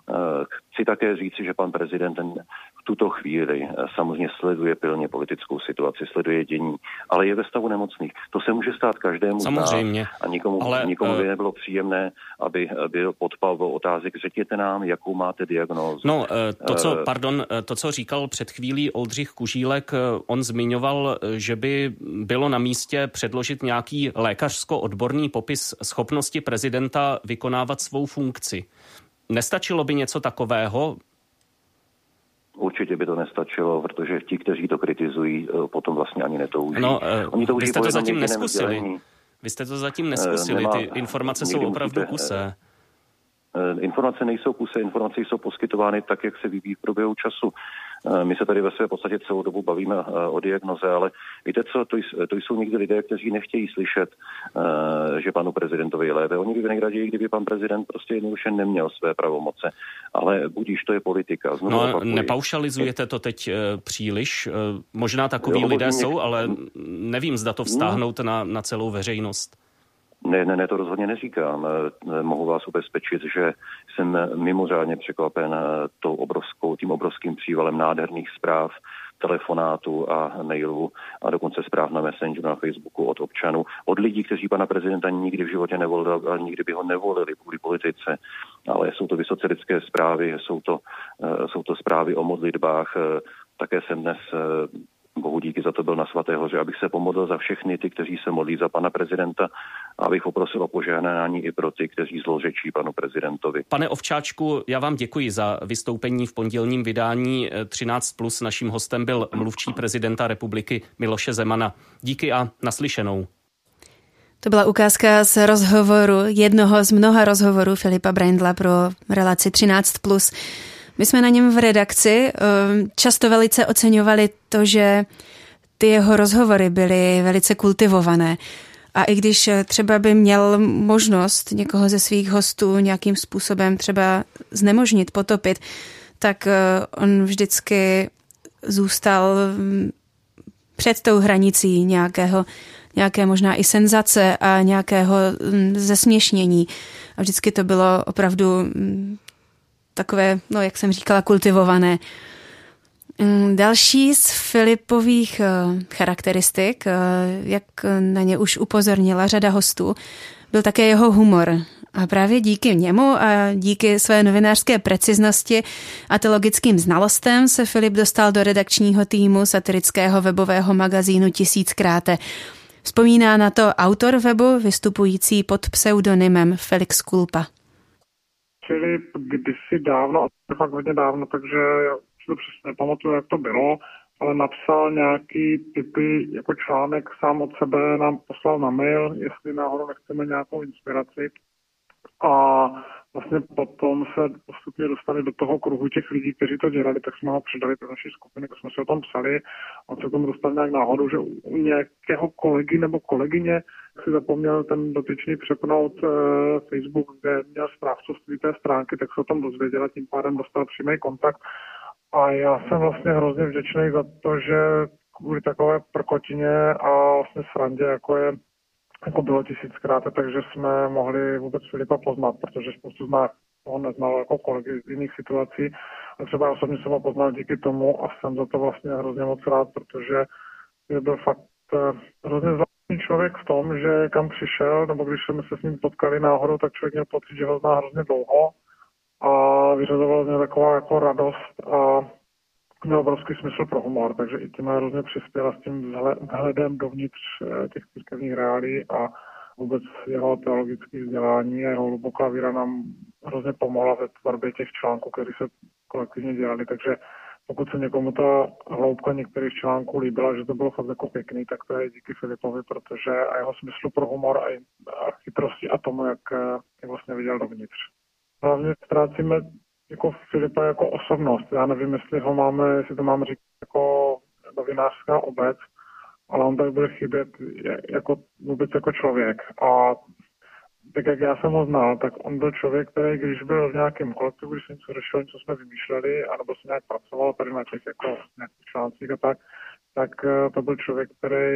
Chci také říci, že pan prezident v tuto chvíli samozřejmě sleduje pilně politickou situaci, sleduje dění, ale je ve stavu nemocných. To se může stát každému z nás a nikomu, ale, nikomu by nebylo příjemné, aby byl podpal otázek. Řekněte nám, jakou máte diagnózu. No, to, co, pardon, to, co říkal před chvílí Oldřich Kužílek, on zmiňoval, že by bylo na místě předložit nějaký lékařsko-odborný popis schopnosti prezidenta vykonávat svou funkci. Nestačilo by něco takového? Určitě by to nestačilo, protože ti, kteří to kritizují, potom vlastně ani netouží. No, Oni to vy jste to zatím neskusili. Vzdělení. Vy jste to zatím neskusili, Nemá, ty informace jsou opravdu musíte, kusé. Informace nejsou kusé, informace jsou poskytovány tak, jak se vyvíjí v průběhu času. My se tady ve své podstatě celou dobu bavíme o diagnoze, ale víte co, to jsou někdy lidé, kteří nechtějí slyšet, že panu prezidentovi je lépe. Oni by nejraději, kdyby pan prezident prostě jednoduše neměl své pravomoce. Ale budíž, to je politika. Znovu no opakuji. Nepaušalizujete to teď příliš? Možná takoví jo, lidé jsou, ale nevím, zda to vztáhnout no. na, na celou veřejnost. Ne, ne, ne, to rozhodně neříkám. Mohu vás ubezpečit, že jsem mimořádně překvapen tou obrovskou, tím obrovským přívalem nádherných zpráv, telefonátů a mailů a dokonce zpráv na Messengeru, na Facebooku od občanů, od lidí, kteří pana prezidenta nikdy v životě nevolili a nikdy by ho nevolili kvůli politice. Ale jsou to vysoce lidské zprávy, jsou to, jsou to zprávy o modlitbách. Také jsem dnes, bohu díky za to byl na Svaté hoře, abych se pomodlil za všechny ty, kteří se modlí za pana prezidenta a abych poprosil o požehnání i pro ty, kteří zlořečí panu prezidentovi. Pane Ovčáčku, já vám děkuji za vystoupení v pondělním vydání třináct plus. Naším hostem byl mluvčí prezidenta republiky Miloše Zemana. Díky a naslyšenou. To byla ukázka z rozhovoru, jednoho z mnoha rozhovorů Filipa Braindla pro relaci třináct plus. My jsme na něm v redakci často velice oceňovali to, že ty jeho rozhovory byly velice kultivované. A i když třeba by měl možnost někoho ze svých hostů nějakým způsobem třeba znemožnit, potopit, tak on vždycky zůstal před tou hranicí nějakého, nějaké možná i senzace a nějakého zesměšnění. A vždycky to bylo opravdu takové, no jak jsem říkala, kultivované. Další z Filipových charakteristik, jak na ně už upozornila řada hostů, byl také jeho humor. A právě díky němu a díky své novinářské preciznosti a teologickým znalostem se Filip dostal do redakčního týmu satirického webového magazínu Tisíckráte. Vzpomíná na to autor webu vystupující pod pseudonymem Felix Kulpa. Filip kdysi dávno, a to fakt hodně dávno, takže já si to přesně nepamatuju, jak to bylo, ale napsal nějaký typy jako článek sám od sebe, nám poslal na mail, jestli náhodou nechceme nějakou inspiraci. A vlastně potom se postupně dostali do toho kruhu těch lidí, kteří to dělali, tak jsme ho přidali do naší skupiny, tak jsme si o tom psali. On se tomu dostal nějak náhodou, že u nějakého kolegy nebo kolegyně si zapomněl ten dotyčný přepnout uh, Facebook, kde měl správcovství té stránky, tak se o tom dozvěděl a tím pádem dostal přímý kontakt. A já jsem vlastně hrozně vděčný za to, že kvůli takové prkotině a vlastně srandě, jako je jako bylo Tisíckrát, takže jsme mohli vůbec Filipa poznat, protože spoustu z nás ho neznalo jako kolegy z jiných situací. A třeba osobně jsem ho poznal díky tomu a jsem za to vlastně hrozně moc rád, protože byl fakt hrozně zvláštní člověk v tom, že kam přišel, nebo když jsme se s ním potkali náhodou, tak člověk měl pocit, že ho zná hrozně dlouho a vyřazoval z něj taková jako radost a měl obrovský smysl pro humor, takže i tím hrozně přispěla s tím vzhledem dovnitř těch církevních reálí a vůbec jeho teologické vzdělání a jeho hluboká víra nám hrozně pomohla ve tvorbě těch článků, které se kolektivně dělali, takže pokud se někomu ta hloubka některých článků líbila, že to bylo fakt jako pěkný, tak to je díky Filipovi, protože a jeho smyslu pro humor a, a chytrosti a tomu, jak, jak vlastně viděl dovnitř. Hlavně ztrácíme jako Filipa jako osobnost. Já nevím, jestli ho máme, jestli to máme říct jako novinářská obec, ale on tady bude chybět jako vůbec jako člověk. A tak jak já jsem ho znal, tak on byl člověk, který když byl v nějakém kolektivu, když se něco řešil, něco jsme vymýšleli, anebo se nějak pracoval tady na těch jako nějakých článcích a tak, tak to byl člověk, který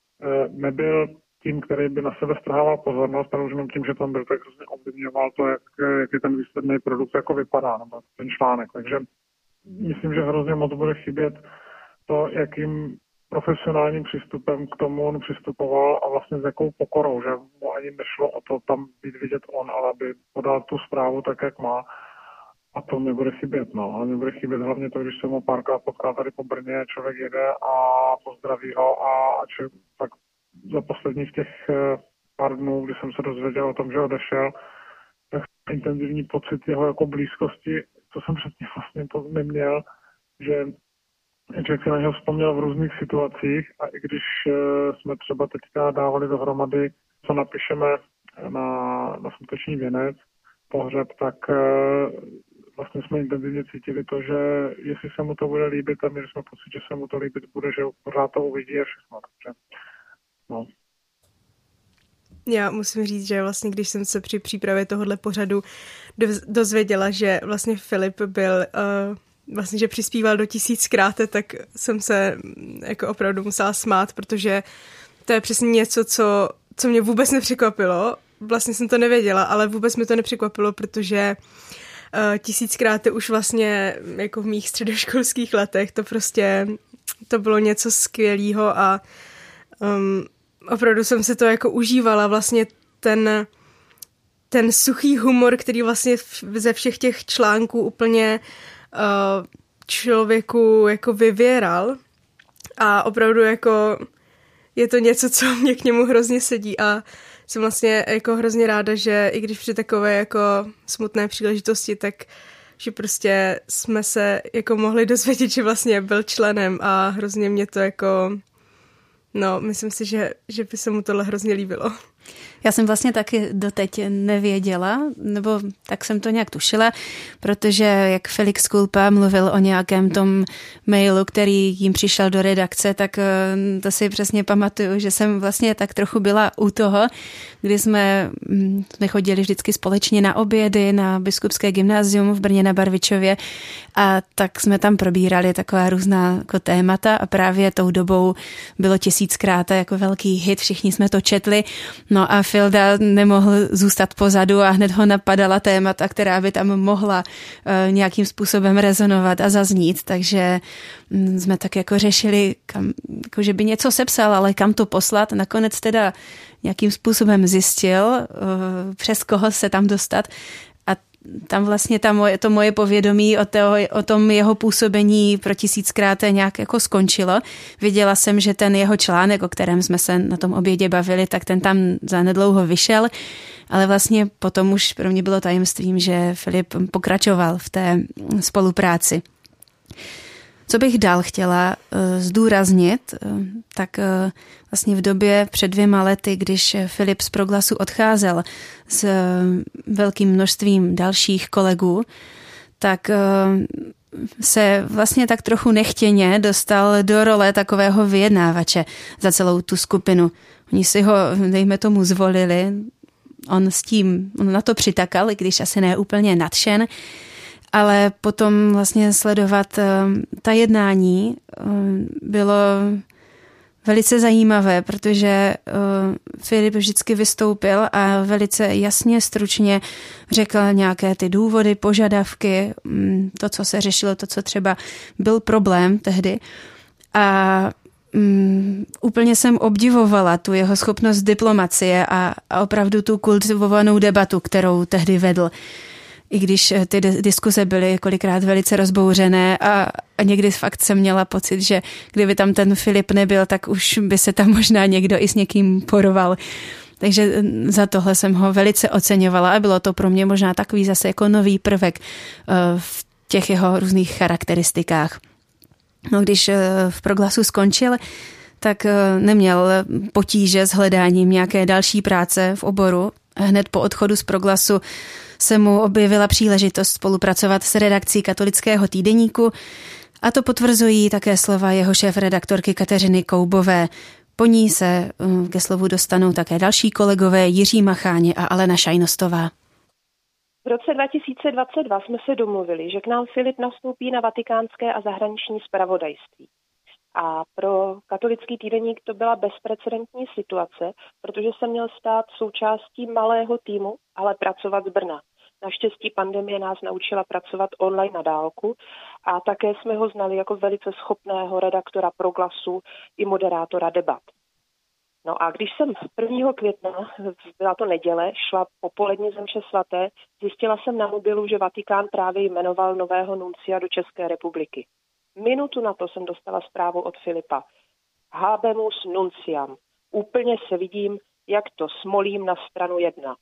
nebyl tím, který by na sebe strhával pozornost, ale už jenom tím, že tam byl, tak hrozně ovlivňoval to, jak, jak je ten výsledný produkt jako vypadá, nebo ten článek. Takže myslím, že hrozně moc bude chybět to, jakým profesionálním přístupem k tomu on přistupoval a vlastně s jakou pokorou, že mu ani nešlo o to tam být vidět on, ale aby podal tu zprávu tak, jak má. A to mi bude chybět, no. Ale mi bude chybět hlavně to, když jsem ho párkrát potkal tady po Brně, člověk jede a pozdraví ho a člověk tak za posledních těch pár dnů, kdy jsem se dozvěděl o tom, že odešel, tak intenzivní pocit jeho jako blízkosti, co jsem předtím vlastně to neměl, že člověk si na něho vzpomněl v různých situacích a i když jsme třeba teďka dávali dohromady, co napíšeme na, na smuteční věnec, pohřeb, tak vlastně jsme intenzivně cítili to, že jestli se mu to bude líbit a měli jsme pocit, že se mu to líbit bude, že pořád to uvidí a všechno. Takže, no. Já musím říct, že vlastně, když jsem se při přípravě tohohle pořadu dozvěděla, že vlastně Filip byl, uh, vlastně, že přispíval do Tisíckráte, tak jsem se jako opravdu musela smát, protože to je přesně něco, co, co mě vůbec nepřekvapilo. Vlastně jsem to nevěděla, ale vůbec mi to nepřekvapilo, protože uh, Tisíckráte už vlastně jako v mých středoškolských letech to prostě, to bylo něco skvělého a um, opravdu jsem se to jako užívala, vlastně ten, ten suchý humor, který vlastně ze všech těch článků úplně uh, člověku jako vyvěral A opravdu jako je to něco, co mě k němu hrozně sedí a jsem vlastně jako hrozně ráda, že i když při takové jako smutné příležitosti, tak že prostě jsme se jako mohli dozvědět, že vlastně byl členem a hrozně mě to jako, no myslím si, že, že by se mu tohle hrozně líbilo. Já jsem vlastně taky doteď nevěděla, nebo tak jsem to nějak tušila, protože jak Felix Kulpa mluvil o nějakém tom mailu, který jim přišel do redakce, tak to si přesně pamatuju, že jsem vlastně tak trochu byla u toho, kdy jsme, jsme chodili vždycky společně na obědy na Biskupské gymnázium v Brně na Barvičově a tak jsme tam probírali taková různá jako témata a právě tou dobou bylo tisíckrát jako velký hit, všichni jsme to četli. No a Filda nemohl zůstat pozadu a hned ho napadala témata, která by tam mohla uh, nějakým způsobem rezonovat a zaznít, takže um, jsme tak jako řešili, kam, jako že by něco sepsal, ale kam to poslat. Nakonec teda nějakým způsobem zjistil, uh, přes koho se tam dostat. A tam vlastně ta moje, to moje povědomí o, toho, o tom jeho působení pro tisíckrát nějak jako skončilo. Viděla jsem, že ten jeho článek, o kterém jsme se na tom obědě bavili, tak ten tam zanedlouho vyšel, ale vlastně potom už pro mě bylo tajemstvím, že Filip pokračoval v té spolupráci. Co bych dál chtěla uh, zdůraznit, uh, tak uh, vlastně v době před dvěma lety, když Filip z Proglasu odcházel s uh, velkým množstvím dalších kolegů, tak uh, se vlastně tak trochu nechtěně dostal do role takového vyjednávače za celou tu skupinu. Oni si ho, dejme tomu, zvolili, on s tím, on na to přitakal, i když asi ne úplně nadšen, ale potom vlastně sledovat uh, ta jednání uh, bylo velice zajímavé, protože uh, Filip vždycky vystoupil a velice jasně, stručně řekl nějaké ty důvody, požadavky, um, to, co se řešilo, to, co třeba byl problém tehdy. A um, úplně jsem obdivovala tu jeho schopnost diplomacie a, a opravdu tu kultivovanou debatu, kterou tehdy vedl. I když ty diskuse byly kolikrát velice rozbouřené a, a někdy fakt jsem měla pocit, že kdyby tam ten Filip nebyl, tak už by se tam možná někdo i s někým poroval. Takže za tohle jsem ho velice oceňovala a bylo to pro mě možná takový zase jako nový prvek v těch jeho různých charakteristikách. No, když v Proglasu skončil, tak neměl potíže s hledáním nějaké další práce v oboru. Hned po odchodu z Proglasu se mu objevila příležitost spolupracovat s redakcí Katolického týdeníku a to potvrzují také slova jeho šéfredaktorky Kateřiny Koubové. Po ní se ke slovu dostanou také další kolegové Jiří Macháně a Alena Šajnostová. V roce dva tisíce dvacet dva jsme se domluvili, že k nám Filip nastoupí na vatikánské a zahraniční zpravodajství. A pro Katolický týdeník to byla bezprecedentní situace, protože jsem měl stát součástí malého týmu, ale pracovat z Brna. Naštěstí pandemie nás naučila pracovat online na dálku a také jsme ho znali jako velice schopného redaktora Proglasu i moderátora debat. No a když jsem prvního května, byla to neděle, šla popoledně ze mše svaté, zjistila jsem na mobilu, že Vatikán právě jmenoval nového nuncia do České republiky. Minutu na to jsem dostala zprávu od Filipa. Habemus nunciam. Úplně se vidím, jak to smolím na stranu jedna.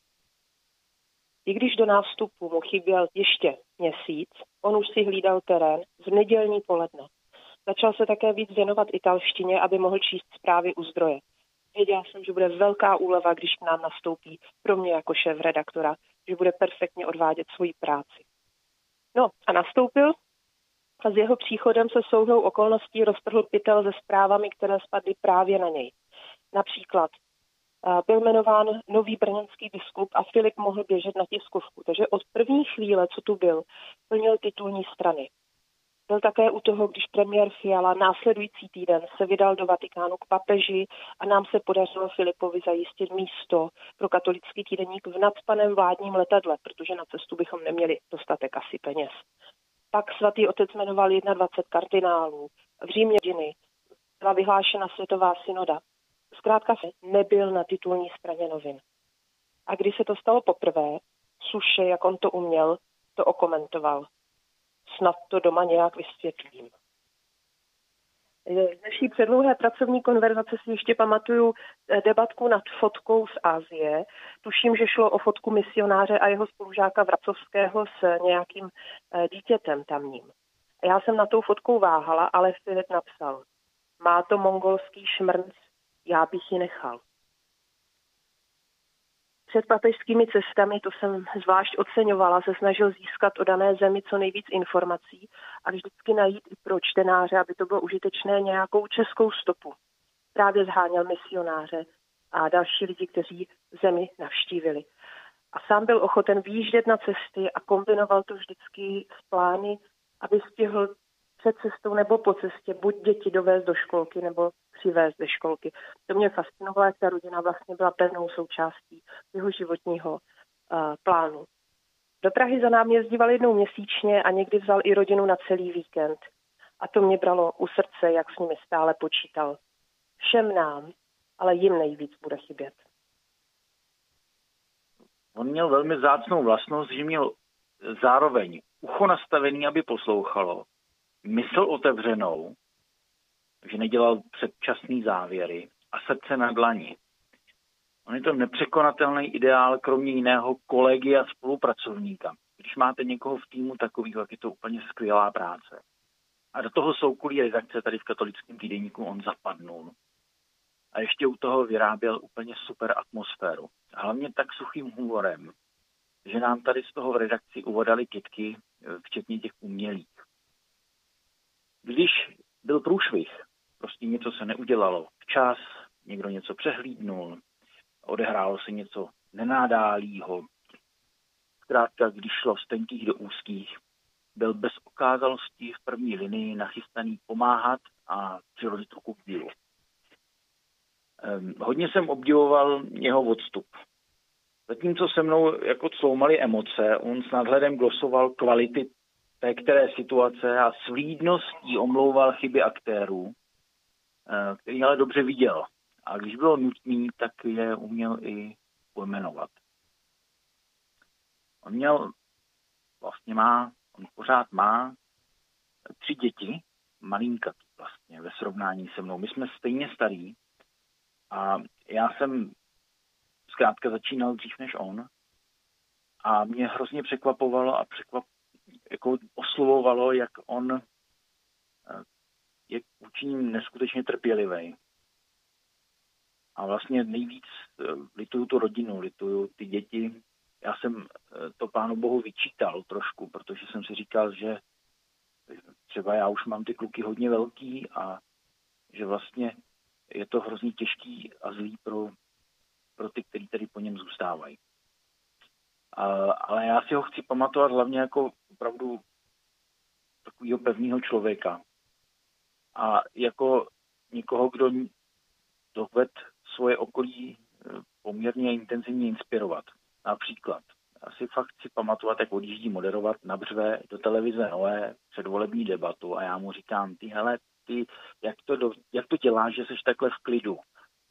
I když do nástupu mu chyběl ještě měsíc, on už si hlídal terén v nedělní poledne. Začal se také víc věnovat italštině, aby mohl číst zprávy u zdroje. Věděla jsem, že bude velká úleva, když k nám nastoupí pro mě jako šéf redaktora, že bude perfektně odvádět svoji práci. No a nastoupil a s jeho příchodem se souhrou okolností roztrhl pytel se zprávami, které spadly právě na něj. Například byl jmenován nový brněnský biskup a Filip mohl běžet na tiskovku. Takže od první chvíle, co tu byl, plnil titulní strany. Byl také u toho, když premiér Fiala následující týden se vydal do Vatikánu k papeži a nám se podařilo Filipovi zajistit místo pro Katolický týdeník v nadspaném vládním letadle, protože na cestu bychom neměli dostatek asi peněz. Pak svatý otec jmenoval dvacet jedna kardinálů. V Římě byla vyhlášena světová synoda. Zkrátka nebyl na titulní straně novin. A když se to stalo poprvé, suše, jak on to uměl, to okomentoval. Snad to doma nějak vysvětlím. Z naší předlouhé pracovní konverzace si ještě pamatuju debatku nad fotkou z Asie. Tuším, že šlo o fotku misionáře a jeho spolužáka Vracovského s nějakým dítětem tamním. A já jsem na tou fotkou váhala, ale Filip napsal: má to mongolský šmrnc, já bych ji nechal. Před papežskými cestami, to jsem zvlášť oceňovala, se snažil získat o dané zemi co nejvíc informací a vždycky najít i pro čtenáře, aby to bylo užitečné, nějakou českou stopu. Právě zháněl misionáře a další lidi, kteří zemi navštívili. A sám byl ochoten vyjíždět na cesty a kombinoval to vždycky s plány, aby stihl před cestou nebo po cestě buď děti dovést do školky nebo přivést ze školky. To mě fascinovalo, jak ta rodina vlastně byla pevnou součástí jeho životního uh, plánu. Do Prahy za námi jezdíval jednou měsíčně a někdy vzal i rodinu na celý víkend. A to mě bralo u srdce, jak s nimi stále počítal. Všem nám, ale jim nejvíc bude chybět. On měl velmi vzácnou vlastnost, že měl zároveň ucho nastavený, aby poslouchalo, mysl otevřenou, že nedělal předčasný závěry a srdce na dlani. On je to nepřekonatelný ideál, kromě jiného kolegy a spolupracovníka. Když máte někoho v týmu takovýho, tak je to úplně skvělá práce. A do toho soukolí redakce tady v Katolickém týdeníku on zapadnul. A ještě u toho vyráběl úplně super atmosféru. A hlavně tak suchým humorem, že nám tady z toho v redakci uvodaly kytky, včetně těch umělých. Když byl průšvih, prostě něco se neudělalo včas, někdo něco přehlídnul, odehrálo se něco nenádálýho. Zkrátka, když šlo z tenkých do úzkých, byl bez okázalosti v první linii nachystaný pomáhat a přiložit ruku k dílu. Ehm, hodně jsem obdivoval jeho odstup. Zatímco se mnou jako cloumaly emoce, on s nadhledem glosoval kvality té které situace a s vlídností omlouval chyby aktérů, který ale dobře viděl. A když bylo nutný, tak je uměl i pojmenovat. On měl, vlastně má, on pořád má tři děti, malinkatý vlastně ve srovnání se mnou. My jsme stejně starí a já jsem zkrátka začínal dřív než on a mě hrozně překvapovalo a překvap, jako oslovovalo, jak on je vůči ním neskutečně trpělivý. A vlastně nejvíc lituju tu rodinu, lituju ty děti. Já jsem to Pánu Bohu vyčítal trošku, protože jsem si říkal, že třeba já už mám ty kluky hodně velký a že vlastně je to hrozně těžký a zlý pro, pro ty, kteří tady po něm zůstávají. A, ale já si ho chci pamatovat hlavně jako opravdu takového pevného člověka. A jako někoho, kdo doved svoje okolí poměrně intenzivně inspirovat. Například, já si fakt chci pamatovat, jak odjíždí moderovat na Břve do televize Nové předvolební debatu a já mu říkám, ty hele, ty, jak to, do, jak to děláš, že jsi takhle v klidu?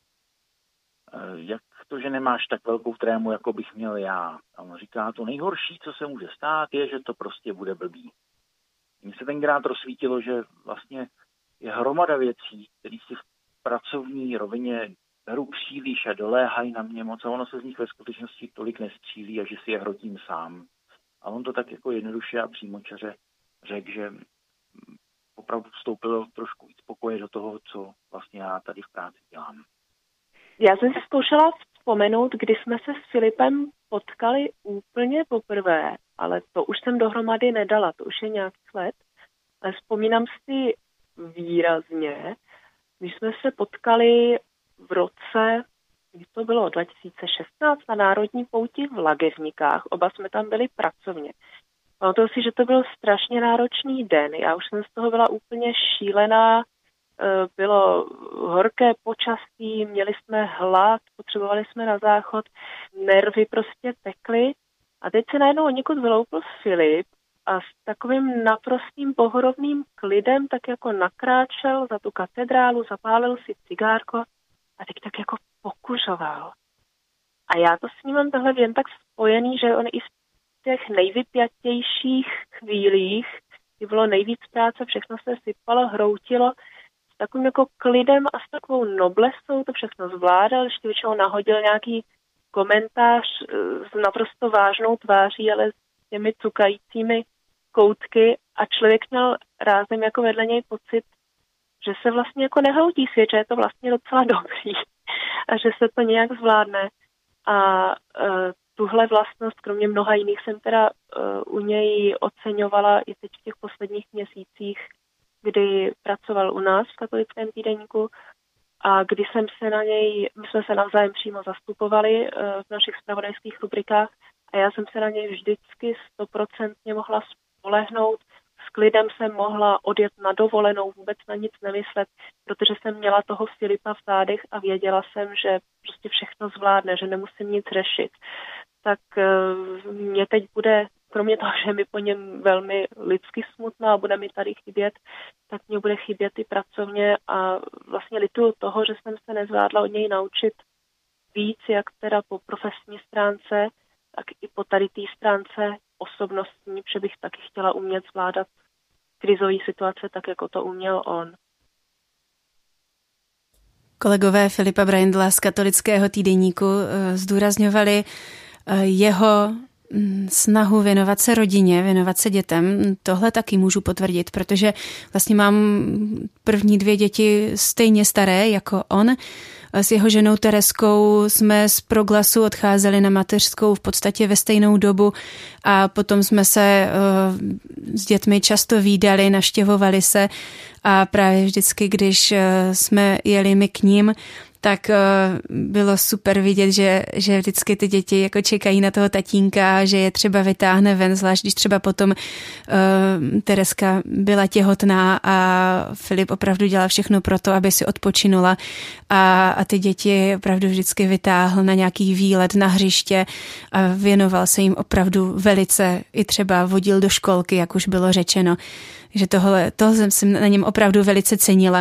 Jak to, že nemáš tak velkou trému, jako bych měl já? A on říká, to nejhorší, co se může stát, je, že to prostě bude blbý. Mně se tenkrát rozsvítilo, že vlastně je hromada věcí, které si v pracovní rovině beru příliš a doléhají na mě moc a ono se z nich ve skutečnosti tolik nestřílí a že si je hrotím sám. A on to tak jako jednoduše a přímočaře řekl, že opravdu vstoupilo trošku víc pokoje do toho, co vlastně já tady v práci dělám. Já jsem si zkoušela vzpomenout, kdy jsme se s Filipem potkali úplně poprvé, ale to už jsem dohromady nedala, to už je nějakých let. Ale vzpomínám si výrazně, když jsme se potkali v roce, kdy to bylo dva tisíce šestnáct na Národní pouti v Lagerníkách, oba jsme tam byli pracovně. Pamatuju si, že to byl strašně náročný den, já už jsem z toho byla úplně šílená, bylo horké počasí, měli jsme hlad, potřebovali jsme na záchod, nervy prostě tekly a teď se najednou někud vyloupil Filip a s takovým naprostým pohorovným klidem tak jako nakráčel za tu katedrálu, zapálil si cigárko a teď tak jako pokuřoval. A já to s ním mám tohle jen tak spojený, že on i v těch nejvypjatějších chvílích, kdy bylo nejvíc práce, všechno se sypalo, hroutilo, s takovým jako klidem a s takovou noblesou to všechno zvládal, ještě většinou nahodil nějaký komentář s naprosto vážnou tváří, ale s těmi cukajícími koutky a člověk měl rázem jako vedle něj pocit, že se vlastně jako nehroutí svět, že je to vlastně docela dobrý a že se to nějak zvládne. A uh, tuhle vlastnost, kromě mnoha jiných, jsem teda uh, u něj oceňovala i teď v těch posledních měsících, kdy pracoval u nás v Katolickém týdeníku a kdy jsem se na něj, my jsme se navzájem přímo zastupovali uh, v našich zpravodajských rubrikách a já jsem se na něj vždycky stoprocentně mohla spolehnout. S klidem jsem mohla odjet na dovolenou, vůbec na nic nemyslet, protože jsem měla toho Filipa v zádech a věděla jsem, že prostě všechno zvládne, že nemusím nic řešit. Tak mě teď bude, kromě toho, že mi po něm velmi lidsky smutno a bude mi tady chybět, tak mě bude chybět i pracovně a vlastně lituju toho, že jsem se nezvládla od něj naučit víc, jak teda po profesní stránce, tak i po tady té stránce osobnostní, že bych taky chtěla umět zvládat krizové situace tak, jako to uměl on. Kolegové Filipa Braindla z Katolického týdeníku zdůrazňovali jeho snahu věnovat se rodině, věnovat se dětem. Tohle taky můžu potvrdit, protože vlastně mám první dvě děti stejně staré jako on. S jeho ženou Tereskou jsme z Proglasu odcházeli na mateřskou v podstatě ve stejnou dobu a potom jsme se uh, s dětmi často vídali, navštěvovali se a právě vždycky, když uh, jsme jeli my k ním, tak uh, bylo super vidět, že, že vždycky ty děti jako čekají na toho tatínka, že je třeba vytáhne ven, zvlášť když třeba potom uh, Tereska byla těhotná a Filip opravdu dělal všechno pro to, aby si odpočinula a, a ty děti opravdu vždycky vytáhl na nějaký výlet na hřiště a věnoval se jim opravdu velice, i třeba vodil do školky, jak už bylo řečeno. Takže tohle, tohle jsem na něm opravdu velice cenila.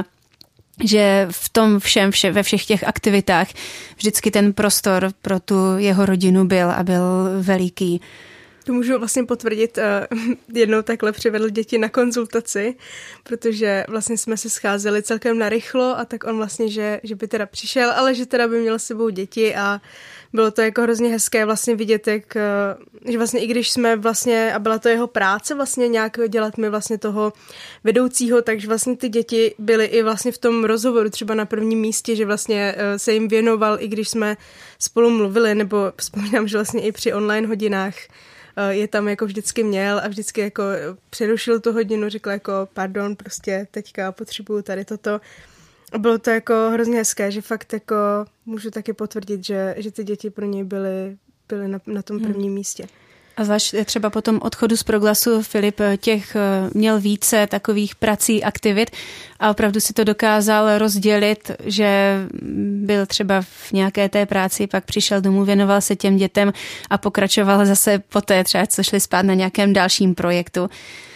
Že v tom všem, vše, ve všech těch aktivitách vždycky ten prostor pro tu jeho rodinu byl a byl veliký. To můžu vlastně potvrdit. Jednou takhle přivedl děti na konzultaci, protože vlastně jsme se scházeli celkem narychlo a tak on vlastně, že, že by teda přišel, ale že teda by měl s sebou děti a bylo to jako hrozně hezké vlastně vidět, jak, že vlastně i když jsme vlastně, a byla to jeho práce vlastně nějak dělat mi vlastně toho vedoucího, takže vlastně ty děti byly i vlastně v tom rozhovoru třeba na prvním místě, že vlastně se jim věnoval, i když jsme spolu mluvili, nebo vzpomínám, že vlastně i při online hodinách je tam jako vždycky měl a vždycky jako přerušil tu hodinu, řekl jako pardon, prostě teďka potřebuju tady toto. A bylo to jako hrozně hezké, že fakt jako můžu taky potvrdit, že, že ty děti pro něj byly, byly na, na tom prvním místě. A zvlášť třeba po tom odchodu z Proglasu Filip těch měl více takových prací, aktivit a opravdu si to dokázal rozdělit, že byl třeba v nějaké té práci, pak přišel domů, věnoval se těm dětem a pokračoval zase poté, třeba co šli spát na nějakém dalším projektu.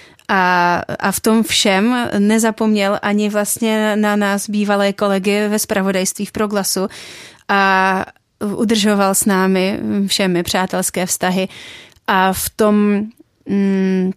A, a v tom všem nezapomněl ani vlastně na nás bývalé kolegy ve zpravodajství v Proglasu a udržoval s námi všemi přátelské vztahy. A v tom, mm,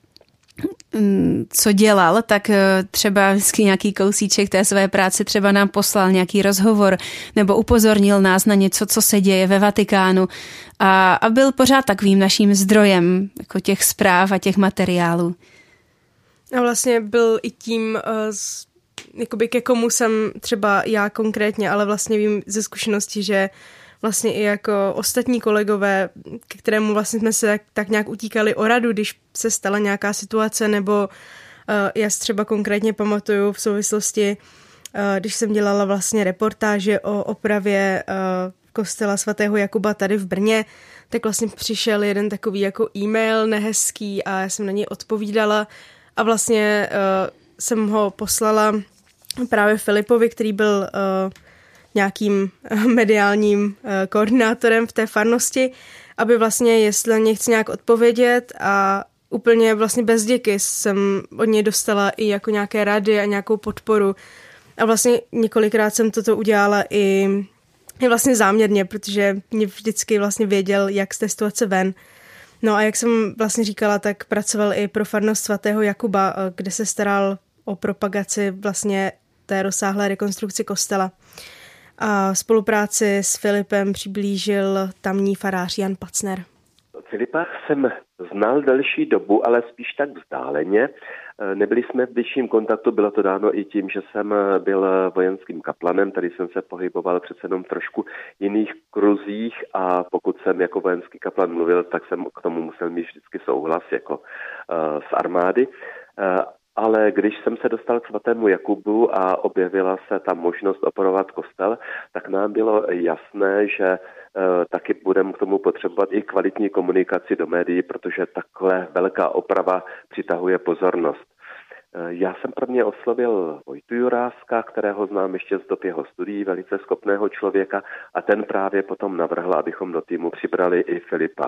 co dělal, tak třeba vždycky nějaký kousíček té své práce třeba nám poslal nějaký rozhovor nebo upozornil nás na něco, co se děje ve Vatikánu. A, a byl pořád takovým naším zdrojem jako těch zpráv a těch materiálů. A vlastně byl i tím, jakoby ke komu jsem třeba já konkrétně, ale vlastně vím ze zkušenosti, že vlastně i jako ostatní kolegové, ke kterému vlastně jsme se tak, tak nějak utíkali o radu, když se stala nějaká situace, nebo uh, já si třeba konkrétně pamatuju v souvislosti, uh, když jsem dělala vlastně reportáže o opravě uh, kostela svatého Jakuba tady v Brně, tak vlastně přišel jeden takový jako e-mail nehezký a já jsem na něj odpovídala a vlastně uh, jsem ho poslala právě Filipovi, který byl uh, nějakým mediálním koordinátorem v té farnosti, aby vlastně, jestli na ně chci nějak odpovědět a úplně vlastně bez děky jsem od něj dostala i jako nějaké rady a nějakou podporu. A vlastně několikrát jsem toto udělala i, i vlastně záměrně, protože mě vždycky vlastně věděl, jak z té situace ven. No a jak jsem vlastně říkala, tak pracoval i pro farnost svatého Jakuba, kde se staral o propagaci vlastně té rozsáhlé rekonstrukci kostela. A spolupráci s Filipem přiblížil tamní farář Jan Pacner. Filipa jsem znal delší dobu, ale spíš tak vzdáleně. Nebyli jsme v bližším kontaktu, bylo to dáno i tím, že jsem byl vojenským kaplanem, tady jsem se pohyboval přece jenom trošku jiných kruzích a pokud jsem jako vojenský kaplan mluvil, tak jsem k tomu musel mít vždycky souhlas jako z armády. Ale když jsem se dostal k svatému Jakubu a objevila se tam možnost opravovat kostel, tak nám bylo jasné, že e, taky budeme k tomu potřebovat i kvalitní komunikaci do médií, protože takhle velká oprava přitahuje pozornost. E, já jsem prvně oslovil Vojtu Juráska, kterého znám ještě z dob jeho studií, velice schopného člověka, a ten právě potom navrhl, abychom do týmu přibrali i Filipa,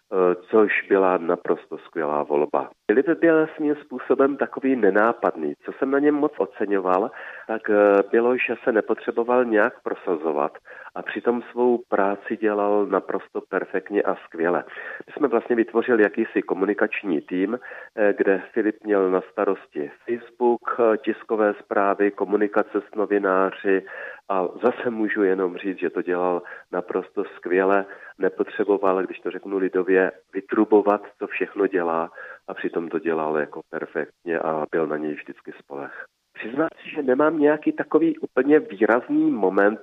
což byla naprosto skvělá volba. Filip byl svým způsobem takový nenápadný. Co jsem na něm moc oceňoval, tak bylo, že se nepotřeboval nějak prosazovat a přitom svou práci dělal naprosto perfektně a skvěle. My jsme vlastně vytvořili jakýsi komunikační tým, kde Filip měl na starosti Facebook, tiskové zprávy, komunikace s novináři a zase můžu jenom říct, že to dělal naprosto skvěle. Nepotřeboval, když to řeknu lidově, vytrubovat, co všechno dělá a přitom to dělal jako perfektně a byl na něj vždycky spoleh. Přiznám si, že nemám nějaký takový úplně výrazný moment,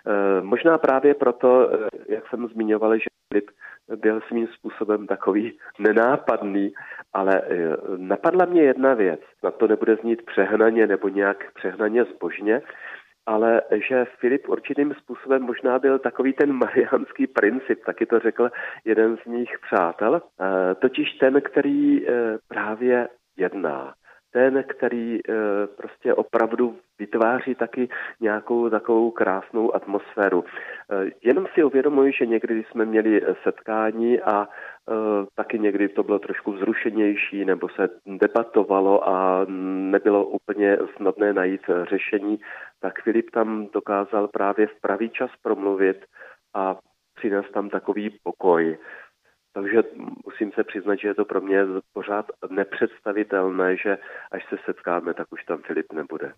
možná právě proto, jak jsem zmiňoval, že Filip byl svým způsobem takový nenápadný, ale napadla mě jedna věc, na to nebude znít přehnaně nebo nějak přehnaně zbožně, ale že Filip určitým způsobem možná byl takový ten mariánský princip, taky to řekl jeden z mých přátel, totiž ten, který právě jedná. Ten, který e, prostě opravdu vytváří taky nějakou takovou krásnou atmosféru. E, jenom si uvědomuji, že někdy jsme měli setkání a e, taky někdy to bylo trošku vzrušenější, nebo se debatovalo a nebylo úplně snadné najít řešení, tak Filip tam dokázal právě v pravý čas promluvit a přinést tam takový pokoj. Takže musím se přiznat, že je to pro mě pořád nepředstavitelné, že až se setkáme, tak už tam Filip nebude.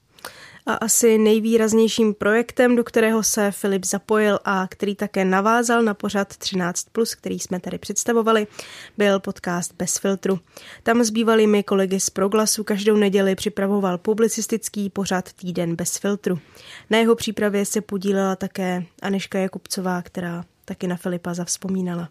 A asi nejvýraznějším projektem, do kterého se Filip zapojil a který také navázal na pořad třináct plus, který jsme tady představovali, byl podcast Bez filtru. Tam s bývalými kolegy z Proglasu každou neděli připravoval publicistický pořad Týden bez filtru. Na jeho přípravě se podílela také Anežka Jakubcová, která taky na Filipa zavzpomínala.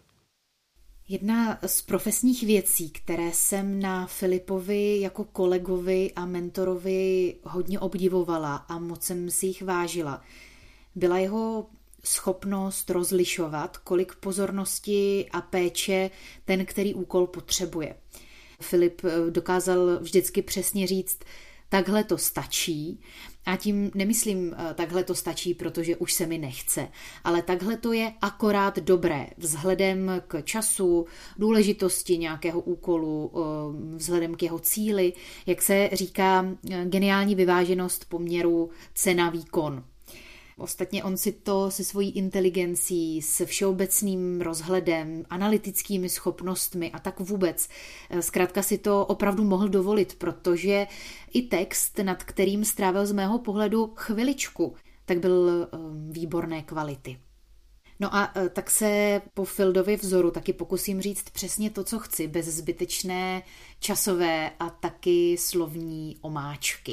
Jedna z profesních věcí, které jsem na Filipovi jako kolegovi a mentorovi hodně obdivovala a moc jsem si jich vážila, byla jeho schopnost rozlišovat, kolik pozornosti a péče ten, který úkol potřebuje. Filip dokázal vždycky přesně říct, takhle to stačí, a tím nemyslím takhle to stačí, protože už se mi nechce, ale takhle to je akorát dobré vzhledem k času, důležitosti nějakého úkolu, vzhledem k jeho cíli, jak se říká, geniální vyváženost poměru cena-výkon. Ostatně on si to se svojí inteligencí, se všeobecným rozhledem, analytickými schopnostmi a tak vůbec. Zkrátka si to opravdu mohl dovolit, protože i text, nad kterým strávil z mého pohledu chviličku, tak byl výborné kvality. No a tak se po Fildově vzoru taky pokusím říct přesně to, co chci, bez zbytečné časové a taky slovní omáčky.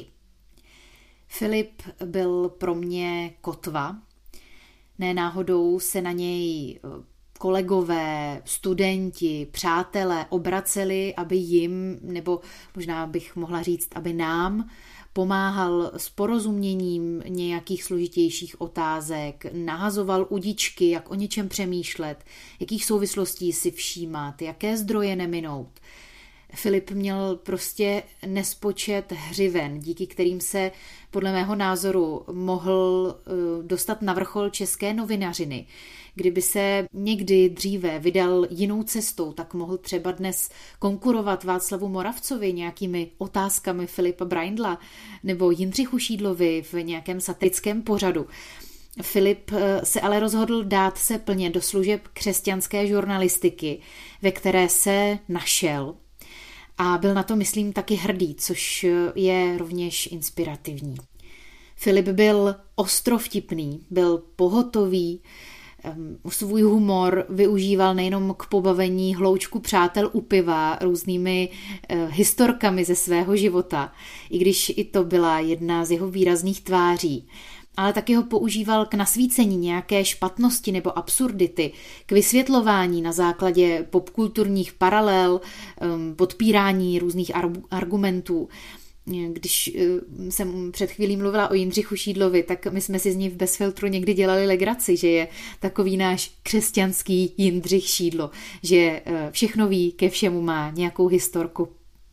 Filip byl pro mě kotva. Ne náhodou se na něj kolegové, studenti, přátelé obraceli, aby jim, nebo možná bych mohla říct, aby nám pomáhal s porozuměním nějakých složitějších otázek, nahazoval udičky, jak o něčem přemýšlet, jakých souvislostí si všímat, jaké zdroje neminout. Filip měl prostě nespočet hřiven, díky kterým se podle mého názoru mohl dostat na vrchol české novinařiny. Kdyby se někdy dříve vydal jinou cestou, tak mohl třeba dnes konkurovat Václavu Moravcovi nějakými otázkami Filipa Braindla nebo Jindřichu Šídlovi v nějakém satirickém pořadu. Filip se ale rozhodl dát se plně do služeb křesťanské žurnalistiky, ve které se našel. A byl na to, myslím, taky hrdý, což je rovněž inspirativní. Filip byl ostrovtipný, byl pohotový, svůj humor využíval nejenom k pobavení hloučku přátel u piva různými historkami ze svého života, i když i to byla jedna z jeho výrazných tváří, ale taky ho používal k nasvícení nějaké špatnosti nebo absurdity, k vysvětlování na základě popkulturních paralel, podpírání různých argumentů. Když jsem před chvílí mluvila o Jindřichu Šídlovi, tak my jsme si z něj v Bez filtru někdy dělali legraci, že je takový náš křesťanský Jindřich Šídlo, že všechno ví, ke všemu má nějakou historku.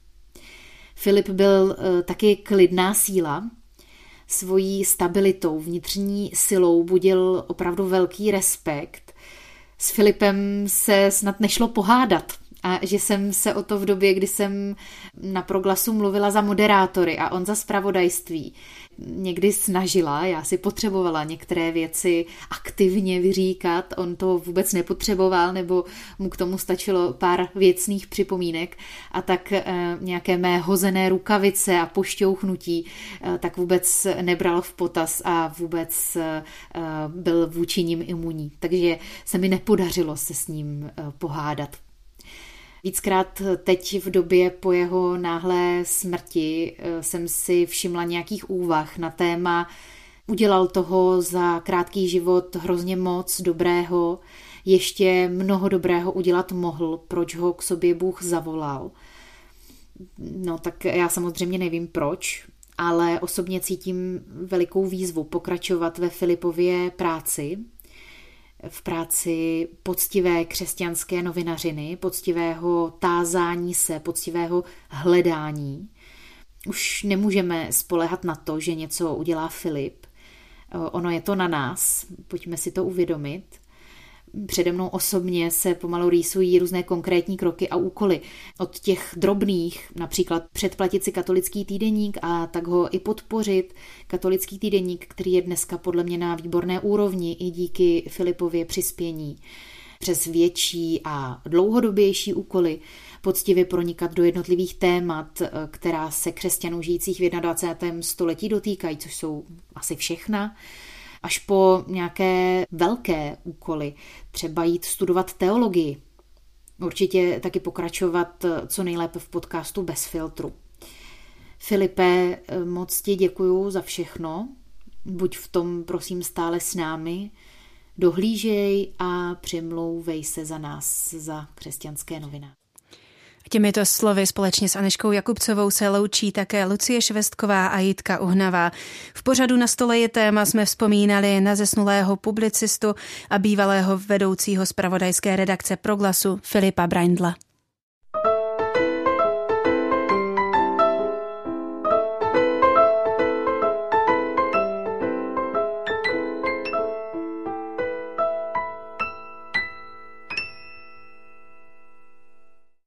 Filip byl taky klidná síla, svojí stabilitou, vnitřní silou budil opravdu velký respekt. S Filipem se snad nešlo pohádat, a že jsem se o to v době, kdy jsem na Proglasu mluvila za moderátory a on za zpravodajství, někdy snažila, já si potřebovala některé věci aktivně vyříkat, on to vůbec nepotřeboval, nebo mu k tomu stačilo pár věcných připomínek a tak e, nějaké mé hozené rukavice a pošťouchnutí e, tak vůbec nebral v potaz a vůbec e, byl vůči nim imunní. Takže se mi nepodařilo se s ním e, pohádat. Víckrát teď v době po jeho náhlé smrti jsem si všimla nějakých úvah na téma udělal toho za krátký život hrozně moc dobrého, ještě mnoho dobrého udělat mohl, proč ho k sobě Bůh zavolal. No tak já samozřejmě nevím proč, ale osobně cítím velikou výzvu pokračovat ve Filipově práci, v práci poctivé křesťanské novinařiny, poctivého tázání se, poctivého hledání. Už nemůžeme spoléhat na to, že něco udělá Filip. Ono je to na nás, pojďme si to uvědomit. Přede mnou osobně se pomalu rýsují různé konkrétní kroky a úkoly. Od těch drobných, například předplatit si katolický týdeník a tak ho i podpořit. Katolický týdeník, který je dneska podle mě na výborné úrovni i díky Filipově přispění. Přes větší a dlouhodobější úkoly poctivě pronikat do jednotlivých témat, která se křesťanů žijících v dvacátém prvním století dotýkají, což jsou asi všechna, až po nějaké velké úkoly, třeba jít studovat teologii. Určitě taky pokračovat co nejlépe v podcastu Bez filtru. Filipe, moc ti děkuju za všechno. Buď v tom, prosím, stále s námi. Dohlížej a přimlouvej se za nás, za křesťanské noviny. Těmito slovy společně s Anežkou Jakubcovou se loučí také Lucie Švestková a Jitka Uhnavá. V pořadu Na stole je téma jsme vzpomínali na zesnulého publicistu a bývalého vedoucího zpravodajské redakce Proglasu Filipa Braindla.